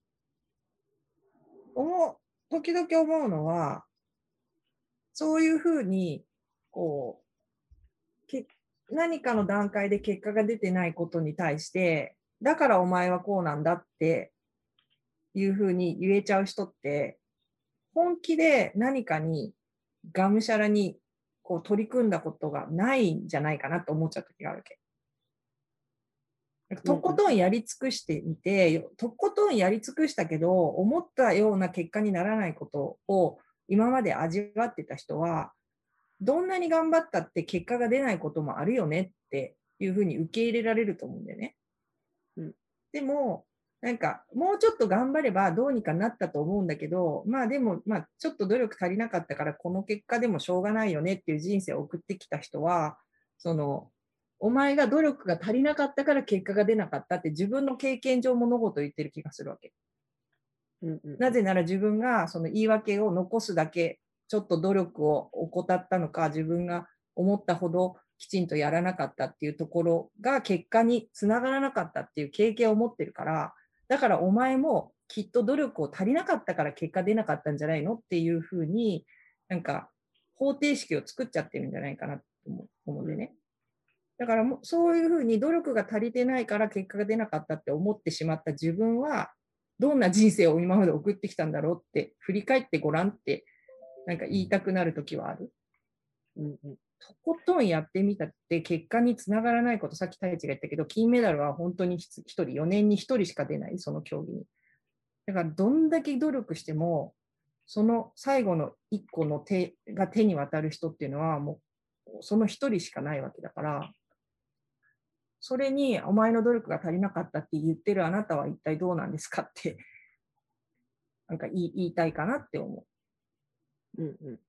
時々思うのは、そういうふうに、こう、何かの段階で結果が出てないことに対して、だからお前はこうなんだっていうふうに言えちゃう人って、本気で何かにがむしゃらにこう取り組んだことがないんじゃないかなと思っちゃう時があるわけ。とことんやり尽くしてみて、とことんやり尽くしたけど、思ったような結果にならないことを今まで味わってた人は、どんなに頑張ったって結果が出ないこともあるよねっていうふうに受け入れられると思うんだよね。でも、なんか、もうちょっと頑張ればどうにかなったと思うんだけど、まあでも、ちょっと努力足りなかったから、この結果でもしょうがないよねっていう人生を送ってきた人は、お前が努力が足りなかったから結果が出なかったって自分の経験上物事を言ってる気がするわけ。なぜなら自分がその言い訳を残すだけ、ちょっと努力を怠ったのか、自分が思ったほどきちんとやらなかったっていうところが結果につながらなかったっていう経験を持ってるから、だからお前もきっと努力を足りなかったから結果出なかったんじゃないのっていうふうに、なんか方程式を作っちゃってるんじゃないかなと思うんでね。だからそういうふうに努力が足りてないから結果が出なかったって思ってしまった自分は、どんな人生を今まで送ってきたんだろうって振り返ってごらんってなんか言いたくなるときはある。とことんやってみたって結果につながらないこと、さっき太一が言ったけど、金メダルは本当に1人、4年に1人しか出ない、その競技に。だからどんだけ努力しても、その最後の1個の手に渡る人っていうのはもうその1人しかないわけだから、それにお前の努力が足りなかったって言ってるあなたは一体どうなんですかってなんか言いたいかなって思う。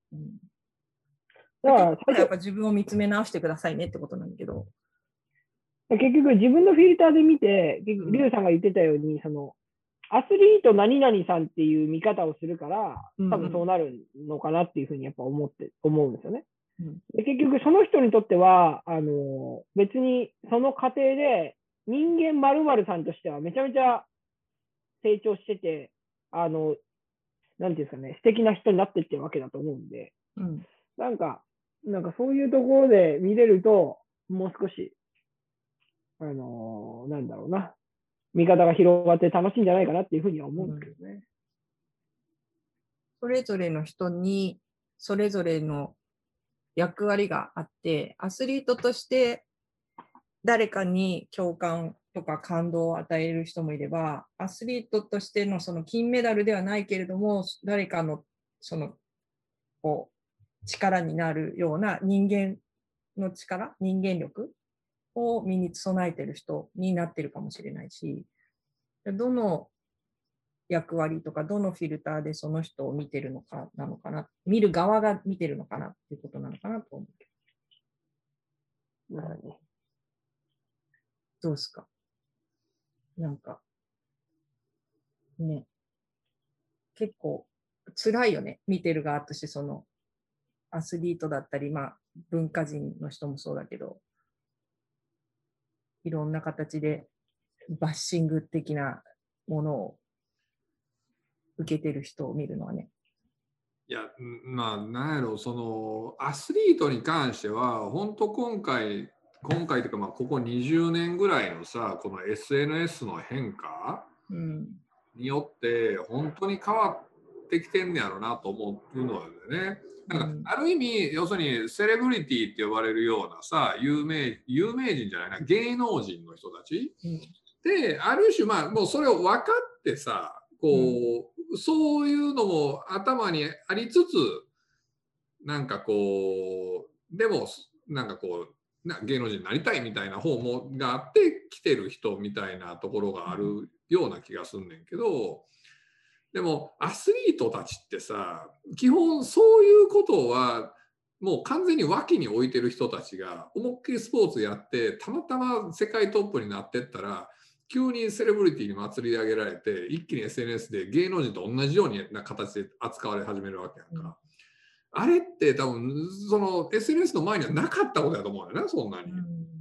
だからやっぱ自分を見つめ直してくださいねってことなんだけど。 結局自分のフィルターで見て、リュウさんが言ってたように、アスリート何々さんっていう見方をするから、多分そうなるのかなっていうふうにやっぱ思うんですよね。で結局その人にとっては、別にその過程で人間〇〇さんとしてはめちゃめちゃ成長してて、なんていうんですかね、素敵な人になっていってるわけだと思うんで、なんかそういうところで見れると、もう少し、なんだろうな、見方が広がって楽しいんじゃないかなっていうふうには思うんですけどね。 それぞれの人に、それぞれの役割があって、アスリートとして誰かに共感とか感動を与える人もいれば、アスリートとしてのその金メダルではないけれども、誰かのそのこう力になるような人間の力、人間力を身に備えている人になっているかもしれないし、どの役割とかどのフィルターでその人を見てるのかなのかな、見る側が見てるのかなっていうことなのかなと思うけど。どうですか？なんかね、結構辛いよね、見てる側として。そのアスリートだったり、文化人の人もそうだけど、いろんな形でバッシング的なものを受けてる人を見るのはね。 いや、まあ、なんやろ、そのアスリートに関しては、本当今回というか、まあ、ここ20年ぐらいのさ、この SNS の変化によって、本当に変わってきてんねやろなと思うのでね。なんかある意味、要するにセレブリティって呼ばれるようなさ、有名人じゃないな、芸能人の人たち、で、ある種、まあ、もうそれを分かってさ、こう、そういうのも頭にありつつ、なんかこう、でも、なんかこう、芸能人になりたいみたいな方もがあって来てる人みたいなところがあるような気がすんねんけど、でもアスリートたちってさ、基本そういうことはもう完全に脇に置いてる人たちが思いっきりスポーツやってたまたま世界トップになってったら、急にセレブリティに祭り上げられて一気に SNS で芸能人と同じような形で扱われ始めるわけやんか。あれって多分その SNS の前にはなかったことだと思うんだよね、そんなに。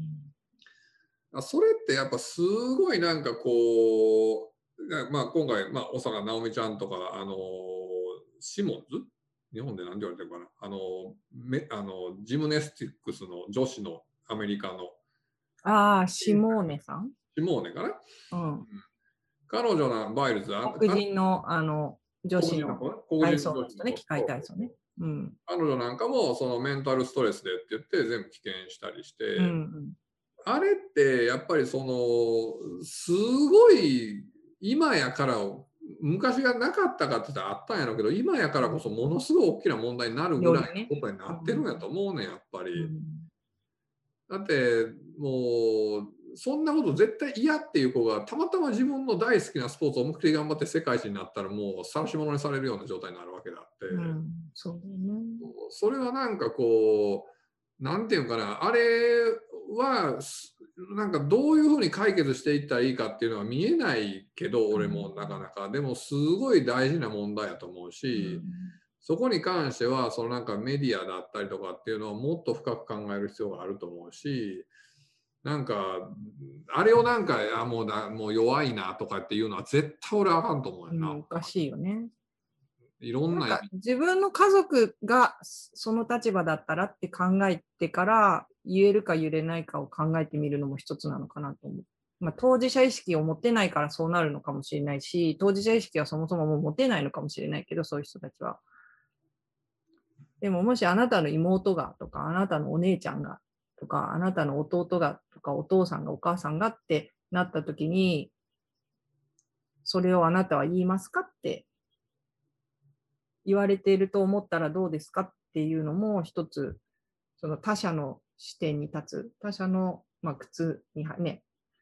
それってやっぱすごいなんかこう、まあ、今回、まあ、小坂直美ちゃんとかシモンズ、日本で何て言われてるかな、ジムネスティックスの女子のアメリカのシモーネさん、 シモーネかな、彼女のバイルズ、 黒人の女子の体操の人ね、機械体操ね。 彼女なんかもそのメンタルストレスでって言って全部棄権したりして、あれってやっぱりそのすごい今やから、昔がなかったかって言ったらあったんやろうけど、今やからこそものすごい大きな問題になるぐらいのことになってるんやと思うねん、やっぱり。だってもうそんなこと絶対嫌っていう子がたまたま自分の大好きなスポーツを思いっきり頑張って世界一になったら、もう晒し者にされるような状態になるわけだって、それはなんかこう、なんていうのかな、あれはなんかどういうふうに解決していったらいいかっていうのは見えないけど、俺もなかなかでもすごい大事な問題やと思うし、そこに関してはそのなんかメディアだったりとかっていうのはもっと深く考える必要があると思うし、なんかあれをなんかもう弱いなとかっていうのは絶対俺はあかんと思うよな。 おかしいよね。 いろんな自分の家族がその立場だったらって考えてから言えるか言えないかを考えてみるのも一つなのかなと思う。まあ、当事者意識を持ってないからそうなるのかもしれないし、当事者意識はそもそももう持てないのかもしれないけど、そういう人たちは。でももしあなたの妹がとか、あなたのお姉ちゃんがとか、あなたの弟がとか、お父さんがお母さんがってなった時に、それをあなたは言いますかって言われていると思ったらどうですかっていうのも一つ、その他者の視点に立つ、他者の、靴にね、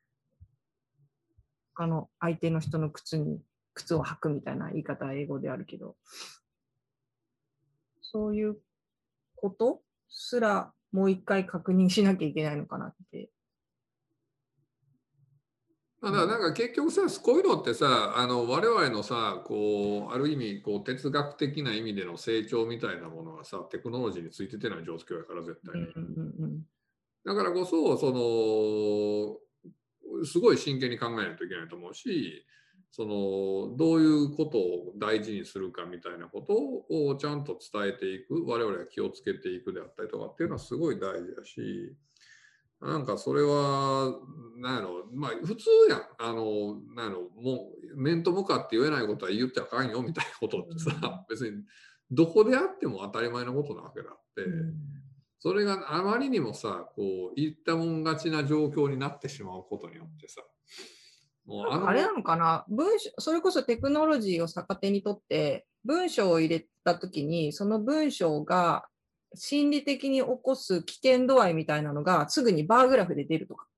相手の人の靴を履くみたいな言い方は英語であるけど、そういうことすらもう一回確認しなきゃいけないのかなって。 だからなんか結局さ、こういうのってさ、我々のさ、こうある意味こう哲学的な意味での成長みたいなものがさ、テクノロジーについててない状況やから絶対に。だからこそすごい真剣に考えないといけないと思うし、どういうことを大事にするかみたいなことをちゃんと伝えていく、我々が気をつけていくであったりとかっていうのはすごい大事だし。なんかそれは、なんやろ、まあ普通やん。なんやろ、もう面と向かって言えないことは言ってあかんよみたいなことってさ、別にどこであっても当たり前のことなわけだって、それがあまりにもさ、こう、言ったもん勝ちな状況になってしまうことによってさ、 もうあれなのかな、それこそテクノロジーを逆手にとって、文章を入れたときに、その文章が、心理的に起こす危険度合いみたいなのがすぐにバーグラフで出るとか。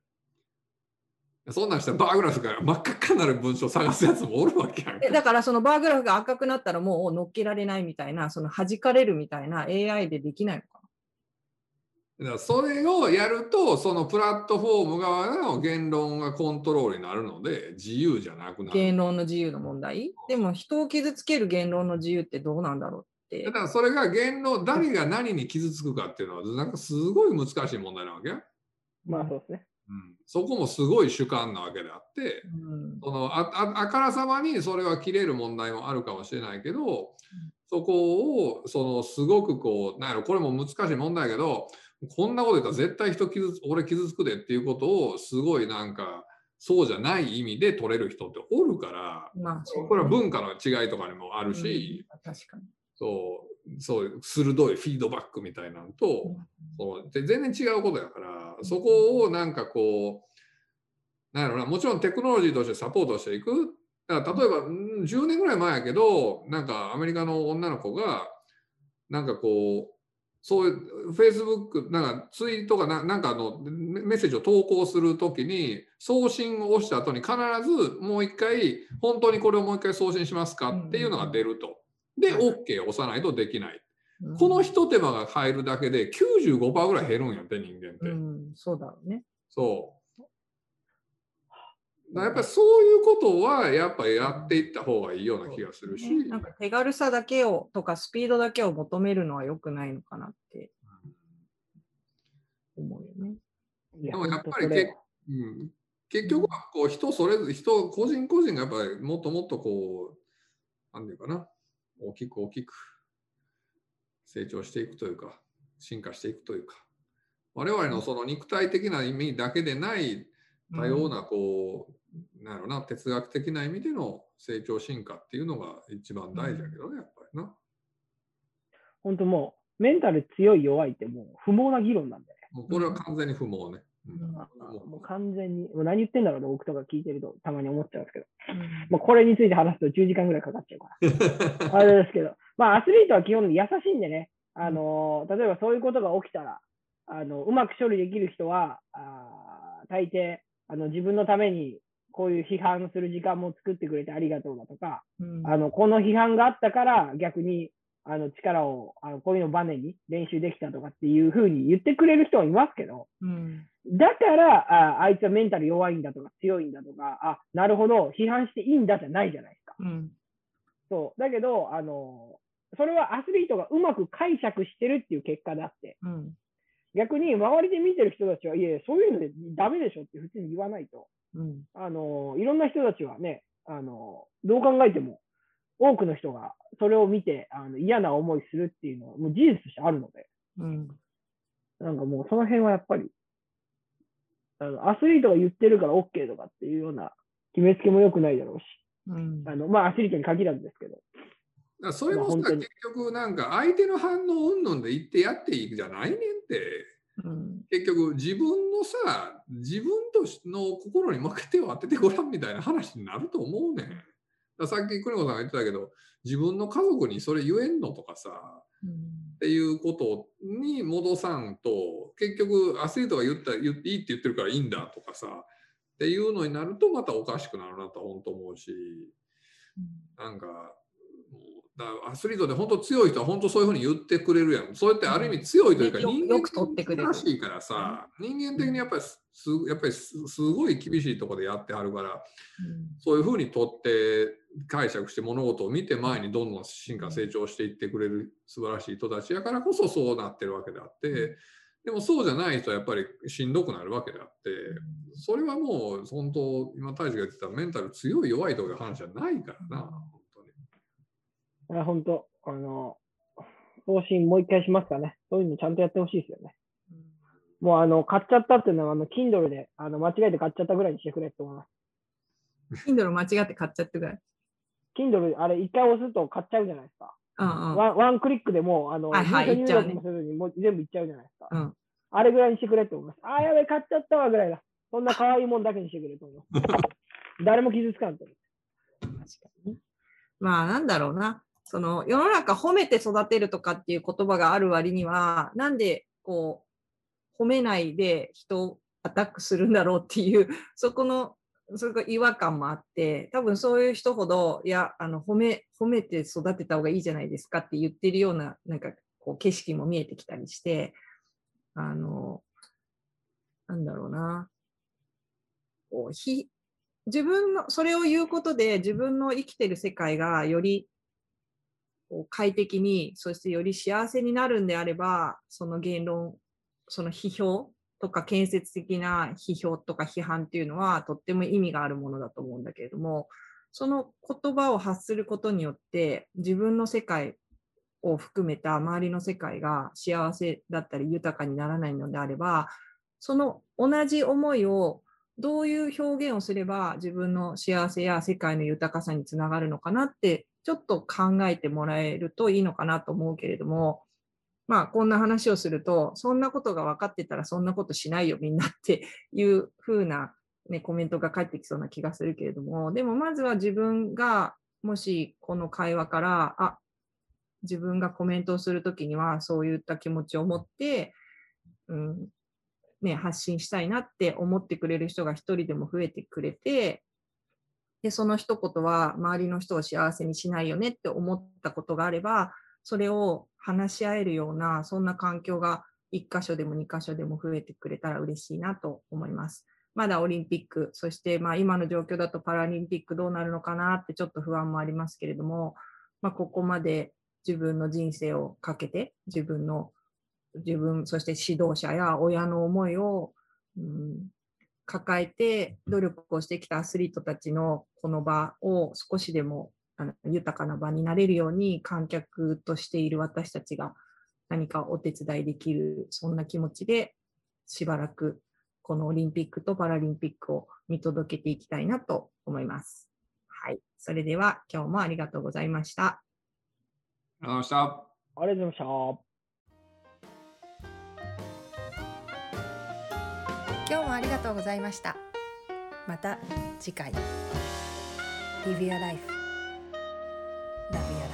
そんなんしたらバーグラフが真っ赤っかになる文章を探すやつもおるわけやんか。 だからそのバーグラフが赤くなったらもう乗っけられないみたいな、その弾かれるみたいな AI でできないのかな。だからそれをやると、そのプラットフォーム側の言論がコントロールになるので、自由じゃなくなる。 言論の自由の問題。でも人を傷つける言論の自由ってどうなんだろう。 だからそれが誰が何に傷つくかっていうのはなんかすごい難しい問題なわけ。 まあそうですね。 そこもすごい主観なわけであって、そのあからさまにそれは切れる問題もあるかもしれないけど、そこをそのすごくこうなんやろ、これも難しい問題やけど、こんなこと言ったら絶対俺傷つくでっていうことをすごいなんかそうじゃない意味で取れる人っておるから、これは文化の違いとかにもあるし、 確かにそう鋭いフィードバックみたいなのと、全然違うことやから、そこをなんかこうなんやろな、もちろんテクノロジーとしてサポートしていく。だから例えば10年ぐらい前やけど、なんかアメリカの女の子がなんかこうそういうフェイスブックなんかツイートかなんかメッセージを投稿するときに送信を押した後に必ずもう一回本当にこれをもう一回送信しますかっていうのが出ると。で OK を押さないとできない。この一手間が入るだけで 95% ぐらい減るんやって人間って。 そうだろうね。 そうやっぱりそういうことはやっぱりやっていった方がいいような気がするし、 なんか手軽さだけをとかスピードだけを求めるのは良くないのかなって思うよね。 でもやっぱり結局はこう人個人個人がやっぱりもっともっとこうなんていうかな、大きく成長していくというか進化していくというか、我々のその肉体的な意味だけでない多様なこう、なんやろな、哲学的な意味での成長進化っていうのが一番大事だけどね、やっぱりな。 本当もうメンタル強い弱いってもう不毛な議論なんだよね。 もうこれは完全に不毛ね。 もう完全にもう何言ってんだろうと僕とか聞いてるとたまに思っちゃうんですけど、もうこれについて話すと10時間ぐらいかかっちゃうからあれですけど、まあアスリートは基本的に優しいんでね、例えばそういうことが起きたらうまく処理できる人は大抵自分のためにこういう批判する時間も作ってくれてありがとうだとか、この批判があったから逆に力をこういうのをバネに練習できたとかっていうふうに言ってくれる人はいますけど、だからあいつはメンタル弱いんだとか強いんだとか、なるほど批判していいんだじゃないじゃないですか。そうだけどそれはアスリートがうまく解釈してるっていう結果であって、逆に周りで見てる人たちは、いやそういうのでダメでしょって普通に言わないと、いろんな人たちはね、どう考えても多くの人がそれを見て嫌な思いするっていうのはもう事実としてあるので、なんかもうその辺はやっぱりアスリートが言ってるから OK とかっていうような決めつけも良くないだろうし、まあアスリートに限らずですけど。 それもさ、結局なんか相手の反応うんぬんで言ってやっていいじゃないねんって、結局自分のの心に負けてを当ててごらんみたいな話になると思うねん。さっき邦子さんが言ってたけど、自分の家族にそれ言えんのとかさ、っていうことに戻さんと、結局アスリートが言っていいって言ってるからいいんだとかさっていうのになるとまたおかしくなるなと本当思うし、なんかアスリートで本当強い人は本当そういうふうに言ってくれるやん。そうやってある意味強いというか、人間的に難しいからさ、人間的にやっぱりすごい厳しいところでやってはるから、そういうふうにとって解釈して物事を見て前にどんどん進化成長していってくれる素晴らしい人たちやからこそそうなってるわけであって、でもそうじゃない人はやっぱりしんどくなるわけであって、それはもう本当今大志が言ってたメンタル強い弱いという話じゃないからな。 本当、送信もう一回しますかね。そういうのちゃんとやってほしいですよね。もう買っちゃったっていうのはKindle で間違えて買っちゃったぐらいにしてくれって思います。 Kindle 間違って買っちゃったぐらい。 Kindle あれ一回押すと買っちゃうじゃないですか。ワンクリックでもう入力もせずにもう全部いっちゃうじゃないですか。あれぐらいにしてくれって思います。やべえ買っちゃったわぐらいだ。そんな可愛いもんだけにしてくれと思います。誰も傷つかんと思う。 確かに。まあなんだろうな。その世の中褒めて育てるとかっていう言葉がある割には、なんでこう褒めないで人をアタックするんだろうっていうそれが違和感もあって、多分そういう人ほどいや褒めて育てた方がいいじゃないですかって言ってるようななんかこう景色も見えてきたりして、なんだろうな、こう自分のそれを言うことで自分の生きてる世界がより快適に、そしてより幸せになるんであれば、その言論、その批評とか建設的な批評とか批判っていうのはとっても意味があるものだと思うんだけれども、その言葉を発することによって自分の世界を含めた周りの世界が幸せだったり豊かにならないのであれば、その同じ思いをどういう表現をすれば自分の幸せや世界の豊かさにつながるのかなってちょっと考えてもらえるといいのかなと思うけれども、まあこんな話をすると、そんなことが分かってたらそんなことしないよみんなっていう風な、ね、コメントが返ってきそうな気がするけれども、でもまずは自分がもしこの会話から自分がコメントをするときにはそういった気持ちを持って、発信したいなって思ってくれる人が一人でも増えてくれて、でその一言は周りの人を幸せにしないよねって思ったことがあれば、それを話し合えるようなそんな環境が1箇所でも2箇所でも増えてくれたら嬉しいなと思います。まだオリンピック、そして今の状況だとパラリンピックどうなるのかなってちょっと不安もありますけれども、ここまで自分の人生をかけて自分、そして指導者や親の思いを、抱えて努力をしてきたアスリートたちのこの場を少しでも豊かな場になれるように、観客としている私たちが何かお手伝いできる、そんな気持ちでしばらくこのオリンピックとパラリンピックを見届けていきたいなと思います。はい、それでは今日もありがとうございました。 ありがとうございました。 ありがとうございました。 今日もありがとうございました。また次回。Live your life. Love your life.